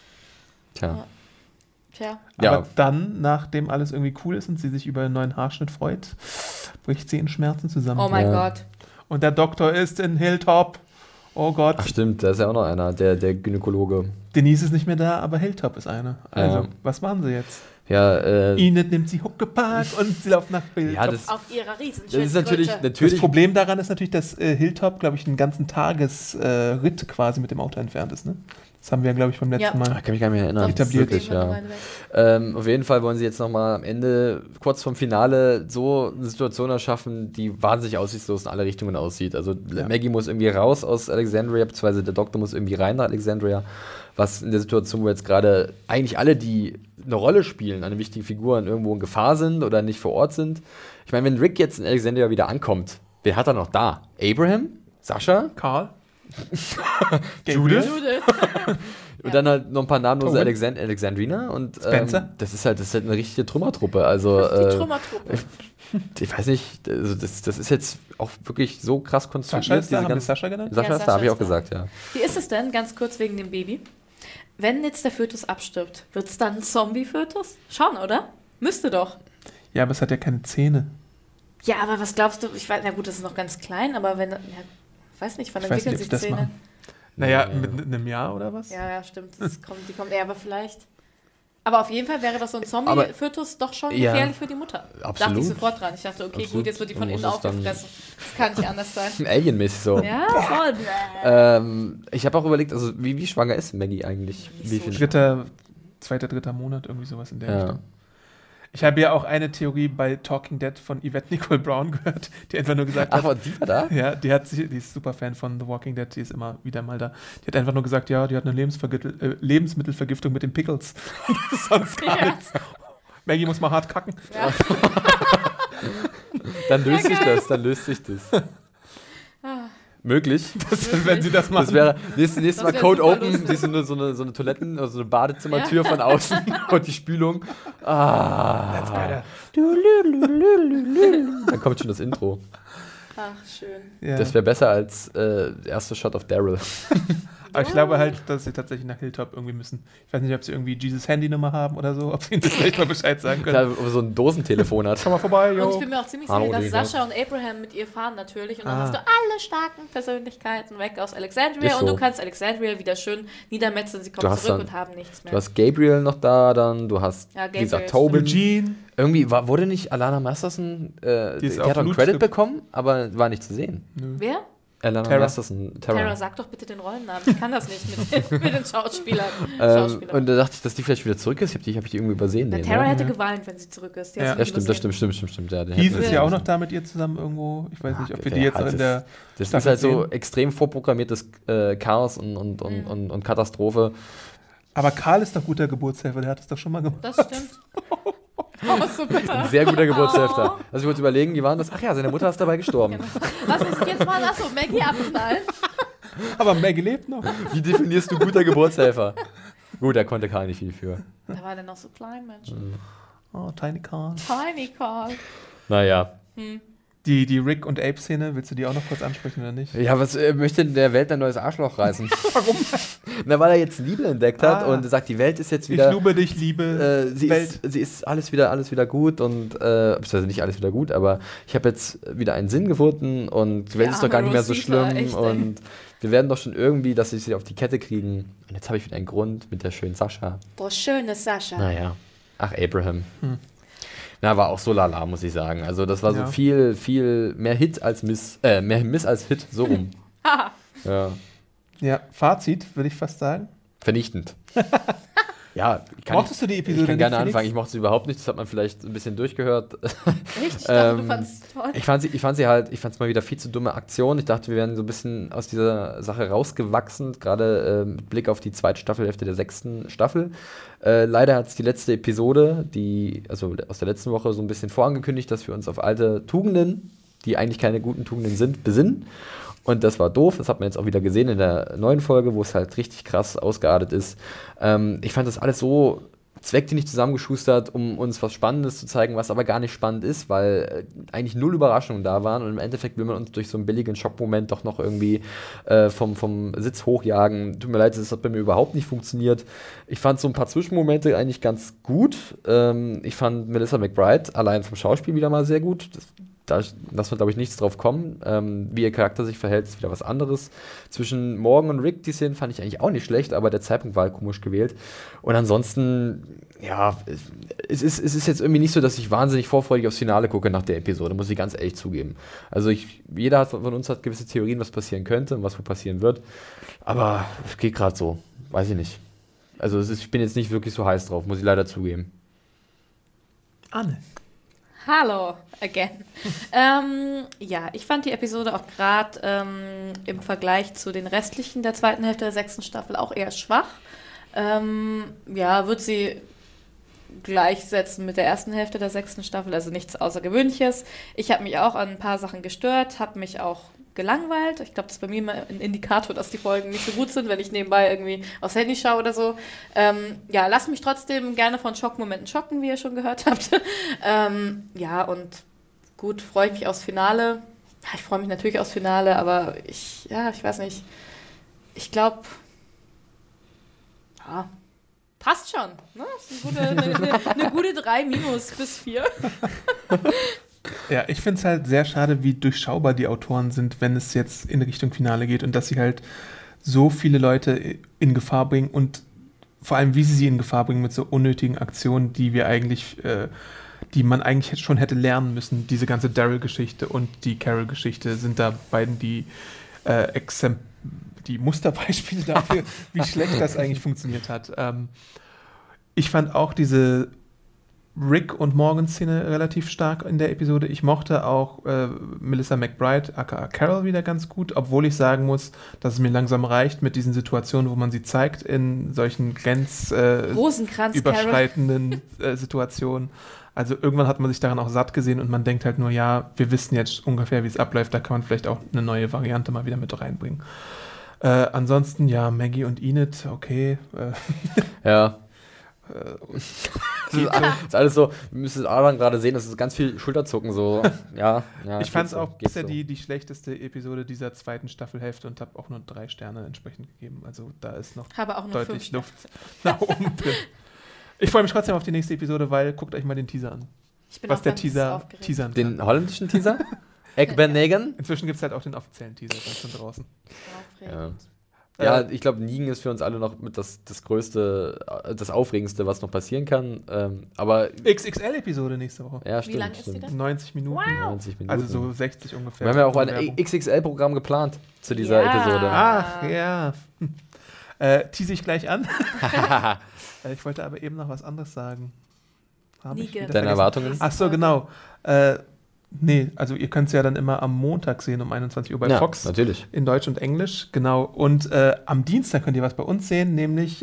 Tja. Aber dann, nachdem alles irgendwie cool ist und sie sich über einen neuen Haarschnitt freut, bricht sie in Schmerzen zusammen. Oh mein Gott. Und der Doktor ist in Hilltop. Oh Gott. Ach stimmt, da ist ja auch noch einer, der Gynäkologe. Denise ist nicht mehr da, aber Hilltop ist einer. Also, was machen sie jetzt? Ja, Enid nimmt sie Huckepark und sie laufen nach Hilltop. Auf ihrer Riesenschildkröte. Das ist natürlich das Problem daran ist natürlich, dass Hilltop, glaube ich, einen ganzen Tagesritt quasi mit dem Auto entfernt ist, ne? Das haben wir, glaube ich, beim letzten Mal ich kann mich gar nicht mehr erinnern. Etabliert. Wirklich, auf jeden Fall wollen sie jetzt nochmal am Ende, kurz vorm Finale, so eine Situation erschaffen, die wahnsinnig aussichtslos in alle Richtungen aussieht. Also Maggie muss irgendwie raus aus Alexandria, beziehungsweise der Doktor muss irgendwie rein nach Alexandria, was in der Situation, wo jetzt gerade eigentlich alle, die eine Rolle spielen, eine wichtige Figuren, irgendwo in Gefahr sind oder nicht vor Ort sind. Ich meine, wenn Rick jetzt in Alexandria wieder ankommt, wer hat er noch da? Abraham? Sascha? Karl? Judith. Und dann halt noch ein paar namenlose Alexandrina und Spencer. Das ist halt eine richtige Trümmertruppe. Also, die Trümmertruppe. Ich weiß nicht, also das ist jetzt auch wirklich so krass konstruiert. Sascha ist da, haben wir Sascha genannt? Sascha ist da, habe ich auch gesagt, ja. Wie ist es denn, ganz kurz wegen dem Baby, wenn jetzt der Fötus abstirbt, wird es dann ein Zombie-Fötus? Schon, oder? Müsste doch. Ja, aber es hat ja keine Zähne. Ja, aber was glaubst du? Ich weiß, na gut, das ist noch ganz klein, aber wenn... Ich weiß nicht, wann entwickeln sich Zähne? Naja, mit einem Jahr oder was? Ja, stimmt. Die kommt eher, aber vielleicht. Aber auf jeden Fall wäre das so ein Zombie-Fötus doch schon gefährlich für die Mutter. Absolut. Dachte ich sofort dran. Ich dachte, okay, absolut. Gut, jetzt wird die von innen aufgefressen. Das kann nicht anders sein. Alien-mäßig so. Ja, voll. Ich habe auch überlegt, also wie schwanger ist Maggie eigentlich? Wie viel? Zweiter, dritter Monat, irgendwie sowas in der Richtung. Ich habe ja auch eine Theorie bei Talking Dead von Yvette Nicole Brown gehört, die einfach nur gesagt hat... Ach, die war da? Ja, die ist super Fan von The Walking Dead, die ist immer wieder mal da. Die hat einfach nur gesagt, ja, die hat eine Lebensmittelvergiftung mit den Pickles. Sonst gar nichts. Maggie muss mal hart kacken. Ja. Dann löst sich das. Möglich. Wenn sie das machen. Das wäre nächstes Mal Code Open, siehst du so eine Toiletten, also so eine Badezimmertür von außen und die Spülung. That's better. Dann kommt schon das Intro. Ach, schön. Ja. Das wäre besser als der erste Shot of Daryl. Aber ich glaube halt, dass sie tatsächlich nach Hilltop irgendwie müssen. Ich weiß nicht, ob sie irgendwie Jesus Handynummer haben oder so, ob sie ihnen das vielleicht mal Bescheid sagen können. Klar, ob er so ein Dosentelefon hat. Komm mal vorbei, jo. Und ich bin mir auch ziemlich sicher, dass Sascha und Abraham mit ihr fahren natürlich. Und dann hast du alle starken Persönlichkeiten weg aus Alexandria. Und du kannst Alexandria wieder schön niedermetzeln. Sie kommen zurück und haben nichts mehr. Du hast Gabriel noch da, dann du hast, wie gesagt, Tobin. Eugene. Irgendwie wurde nicht Alana Masterson, die hat doch einen Credit bekommen, aber war nicht zu sehen. Wer? Alana Masterson. Tara, sag doch bitte den Rollennamen. Ich kann das nicht mit den Schauspielern. Und da dachte ich, dass die vielleicht wieder zurück ist. Hab ich die irgendwie übersehen. Tara hätte geweint, wenn sie zurück ist. Das stimmt. Ja, Heath ist ja auch noch da mit ihr zusammen irgendwo. Ich weiß nicht, ob wir die jetzt in der Das ist halt so extrem vorprogrammiertes Chaos und Katastrophe. Aber Karl ist doch guter Geburtshelfer, der hat es doch schon mal gemacht. Das stimmt. Oh, so bitter. Ein sehr guter Geburtshelfer. Also ich wollte überlegen, wie war das? Ach ja, seine Mutter ist dabei gestorben. Lass uns jetzt mal Maggie abknallen. Aber Maggie lebt noch. Wie definierst du guter Geburtshelfer? Gut, da konnte Karl nicht viel für. Da war der noch so klein, Mensch. Oh, Tiny Karl. Tiny Karl. Naja. Die Rick- und Ape-Szene, willst du die auch noch kurz ansprechen oder nicht? Ja, was möchte denn der Welt ein neues Arschloch reißen? Warum? Na, weil er jetzt Liebe entdeckt hat und sagt, die Welt ist jetzt wieder... Ich liebe dich, Liebe Welt. Sie ist alles wieder gut und... beziehungsweise nicht alles wieder gut, aber ich habe jetzt wieder einen Sinn gefunden und die Welt ist doch gar nicht mehr so schlimm echt, und wir werden doch schon irgendwie, dass sie auf die Kette kriegen. Und jetzt habe ich wieder einen Grund mit der schönen Sascha. Boah, schöne Sascha. Naja. Ach, Abraham. Na, war auch so lala, muss ich sagen. Also das war so viel mehr Hit als Miss, mehr Miss als Hit, so rum. Ja, Fazit, würde ich fast sagen. Vernichtend. Mochtest du die Episode? Ich kann gerne anfangen. Ich mochte sie überhaupt nicht. Das hat man vielleicht ein bisschen durchgehört. Echt? Ich dachte, du fandest es toll. Ich fand mal wieder viel zu dumme Aktion. Ich dachte, wir wären so ein bisschen aus dieser Sache rausgewachsen, gerade mit Blick auf die zweite Staffelhälfte der 6. Staffel. Leider hat es die letzte Episode, also aus der letzten Woche, so ein bisschen vorangekündigt, dass wir uns auf alte Tugenden, die eigentlich keine guten Tugenden sind, besinnen. Und das war doof, das hat man jetzt auch wieder gesehen in der neuen Folge, wo es halt richtig krass ausgeartet ist. Ich fand das alles so zweckdienlich zusammengeschustert, um uns was Spannendes zu zeigen, was aber gar nicht spannend ist, weil eigentlich null Überraschungen da waren und im Endeffekt will man uns durch so einen billigen Schockmoment doch noch irgendwie vom Sitz hochjagen. Tut mir leid, das hat bei mir überhaupt nicht funktioniert. Ich fand so ein paar Zwischenmomente eigentlich ganz gut. Ich fand Melissa McBride allein vom Schauspiel wieder mal sehr gut. Da lassen wir, glaube ich, nichts drauf kommen. Wie ihr Charakter sich verhält, ist wieder was anderes. Zwischen Morgan und Rick, die Szenen fand ich eigentlich auch nicht schlecht, aber der Zeitpunkt war halt komisch gewählt. Und ansonsten, ja, es ist jetzt irgendwie nicht so, dass ich wahnsinnig vorfreudig aufs Finale gucke nach der Episode, muss ich ganz ehrlich zugeben. Also jeder von uns hat gewisse Theorien, was passieren könnte und was wohl passieren wird. Aber es geht gerade so, weiß ich nicht. Also ich bin jetzt nicht wirklich so heiß drauf, muss ich leider zugeben. Anne. Hallo, again. Ich fand die Episode auch gerade im Vergleich zu den restlichen der zweiten Hälfte der 6. Staffel auch eher schwach. Würde sie gleichsetzen mit der ersten Hälfte der 6. Staffel, also nichts Außergewöhnliches. Ich habe mich auch an ein paar Sachen gestört, habe mich auch gelangweilt. Ich glaube, das ist bei mir immer ein Indikator, dass die Folgen nicht so gut sind, wenn ich nebenbei irgendwie aufs Handy schaue oder so. Lasst mich trotzdem gerne von Schockmomenten schocken, wie ihr schon gehört habt. Und gut, freue ich mich aufs Finale. Ja, ich freue mich natürlich aufs Finale, aber ich weiß nicht. Ich glaube, passt schon. Ne? Das ist eine gute 3 minus bis 4. Ja, ich finde es halt sehr schade, wie durchschaubar die Autoren sind, wenn es jetzt in Richtung Finale geht und dass sie halt so viele Leute in Gefahr bringen und vor allem, wie sie in Gefahr bringen mit so unnötigen Aktionen, die die man eigentlich schon hätte lernen müssen. Diese ganze Daryl-Geschichte und die Carol-Geschichte sind da beiden die Musterbeispiele dafür, wie schlecht das eigentlich funktioniert hat. Ich fand auch diese Rick und Morgan-Szene relativ stark in der Episode. Ich mochte auch Melissa McBride, aka Carol, wieder ganz gut, obwohl ich sagen muss, dass es mir langsam reicht mit diesen Situationen, wo man sie zeigt in solchen grenzüberschreitenden Situationen. Also irgendwann hat man sich daran auch satt gesehen und man denkt halt nur, ja, wir wissen jetzt ungefähr, wie es abläuft, da kann man vielleicht auch eine neue Variante mal wieder mit reinbringen. Ansonsten, ja, Maggie und Enid, okay. Ja. Das ist alles so, wir müssen Alban gerade sehen, das ist ganz viel Schulterzucken, so, ja. Ich fand es auch bisher so. die schlechteste Episode dieser zweiten Staffelhälfte und habe auch nur 3 Sterne entsprechend gegeben. Also da ist noch deutlich Luft nach oben drin. Ich freue mich trotzdem auf die nächste Episode, weil guckt euch mal den Teaser an. Ich bin was auch der ganz Teaser aufgeregt. teasern kann. Den holländischen Teaser? Ekbenegen? Inzwischen gibt es halt auch den offiziellen Teaser, der ist schon draußen. Aufregend. Ja, ich glaube, Nigen ist für uns alle noch mit das Größte, das Aufregendste, was noch passieren kann. Aber XXL-Episode nächste Woche. ja, stimmt. Wie lang ist die dann? 90 Minuten. Wow. 90 Minuten. Also so 60 ungefähr. Wir haben ja auch ein Werbung. XXL-Programm geplant zu dieser Episode. Ach, ja. Tease ich gleich an. Ich wollte aber eben noch was anderes sagen. Habe ich wieder Deine vergessen. Erwartungen? Ach so, genau. Nee, also ihr könnt es ja dann immer am Montag sehen um 21 Uhr bei Fox. Natürlich. In Deutsch und Englisch, genau. Und am Dienstag könnt ihr was bei uns sehen, nämlich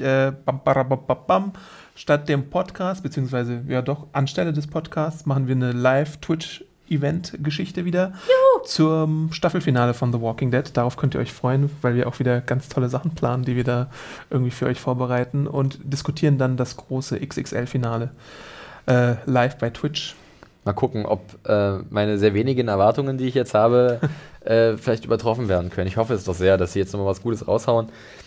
statt dem Podcast, beziehungsweise ja doch, anstelle des Podcasts, machen wir eine Live-Twitch-Event-Geschichte wieder zum Staffelfinale von The Walking Dead. Darauf könnt ihr euch freuen, weil wir auch wieder ganz tolle Sachen planen, die wir da irgendwie für euch vorbereiten und diskutieren dann das große XXL-Finale live bei Twitch. Mal gucken, ob meine sehr wenigen Erwartungen, die ich jetzt habe, vielleicht übertroffen werden können. Ich hoffe es doch sehr, dass sie jetzt nochmal was Gutes raushauen.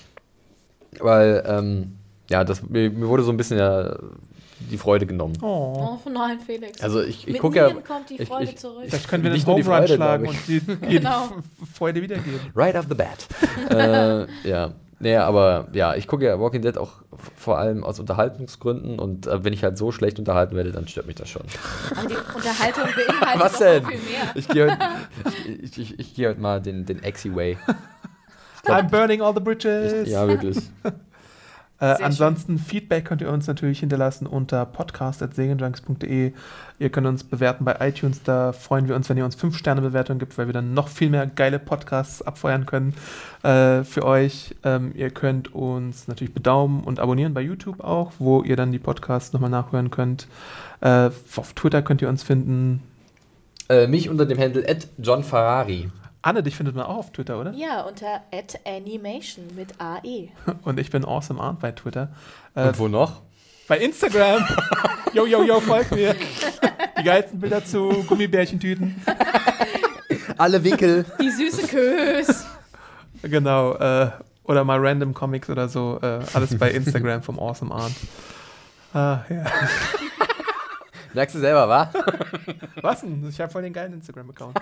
Weil, mir wurde so ein bisschen die Freude genommen. Oh nein, Felix. Also ich Mit gucke ja... kommt die Freude zurück. Vielleicht können wir den Nicht nur die Home Run Freude, schlagen glaub und die Freude wiedergeben. Right off the bat. Ja. Naja, aber ja, ich gucke ja Walking Dead auch vor allem aus Unterhaltungsgründen und wenn ich halt so schlecht unterhalten werde, dann stört mich das schon. Aber die Unterhaltung beinhaltet Was doch denn? noch viel mehr. Ich gehe heute mal den Exi-Way. I'm burning all the bridges. Ja, wirklich. Ansonsten Feedback könnt ihr uns natürlich hinterlassen unter podcast@serienjunkies.de. Ihr könnt uns bewerten bei iTunes, da freuen wir uns, wenn ihr uns 5-Sterne-Bewertungen gibt, weil wir dann noch viel mehr geile Podcasts abfeuern können für euch. Ihr könnt uns natürlich bedaumen und abonnieren bei YouTube auch, wo ihr dann die Podcasts nochmal nachhören könnt. Auf Twitter könnt ihr uns finden. Mich unter dem Handle @JohnFerrari. Anne, dich findet man auch auf Twitter, oder? Ja, unter @animation mit AE. Und ich bin Awesome Arndt bei Twitter. Und wo noch? Bei Instagram. Yo, folgt mir. Die geilsten Bilder zu Gummibärchentüten. Alle Winkel. Die süße Kös. Genau. Oder mal Random Comics oder so. Alles bei Instagram vom Awesome Arndt. Ja. Merkst du selber, wa? Was denn? Ich habe voll den geilen Instagram-Account.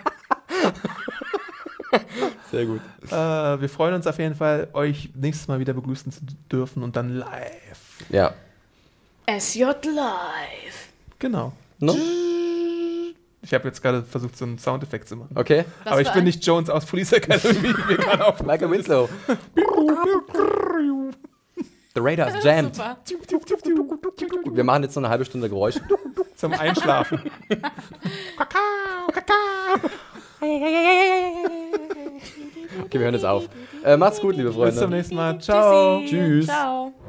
Sehr gut. Wir freuen uns auf jeden Fall, euch nächstes Mal wieder begrüßen zu dürfen und dann live. Ja. SJ Live. Genau. No? Ich habe jetzt gerade versucht, so einen Soundeffekt zu machen. Okay. Aber ich bin nicht Jones aus Police Academy, wie wir gerade auf. Michael Winslow. The Radar is jammed. Super. Gut, wir machen jetzt noch eine halbe Stunde Geräusche. Zum Einschlafen. Kakao, Kakao. Okay, wir hören jetzt auf. Macht's gut, liebe Freunde. Bis zum nächsten Mal. Ciao. Tschüssi. Tschüss. Ciao.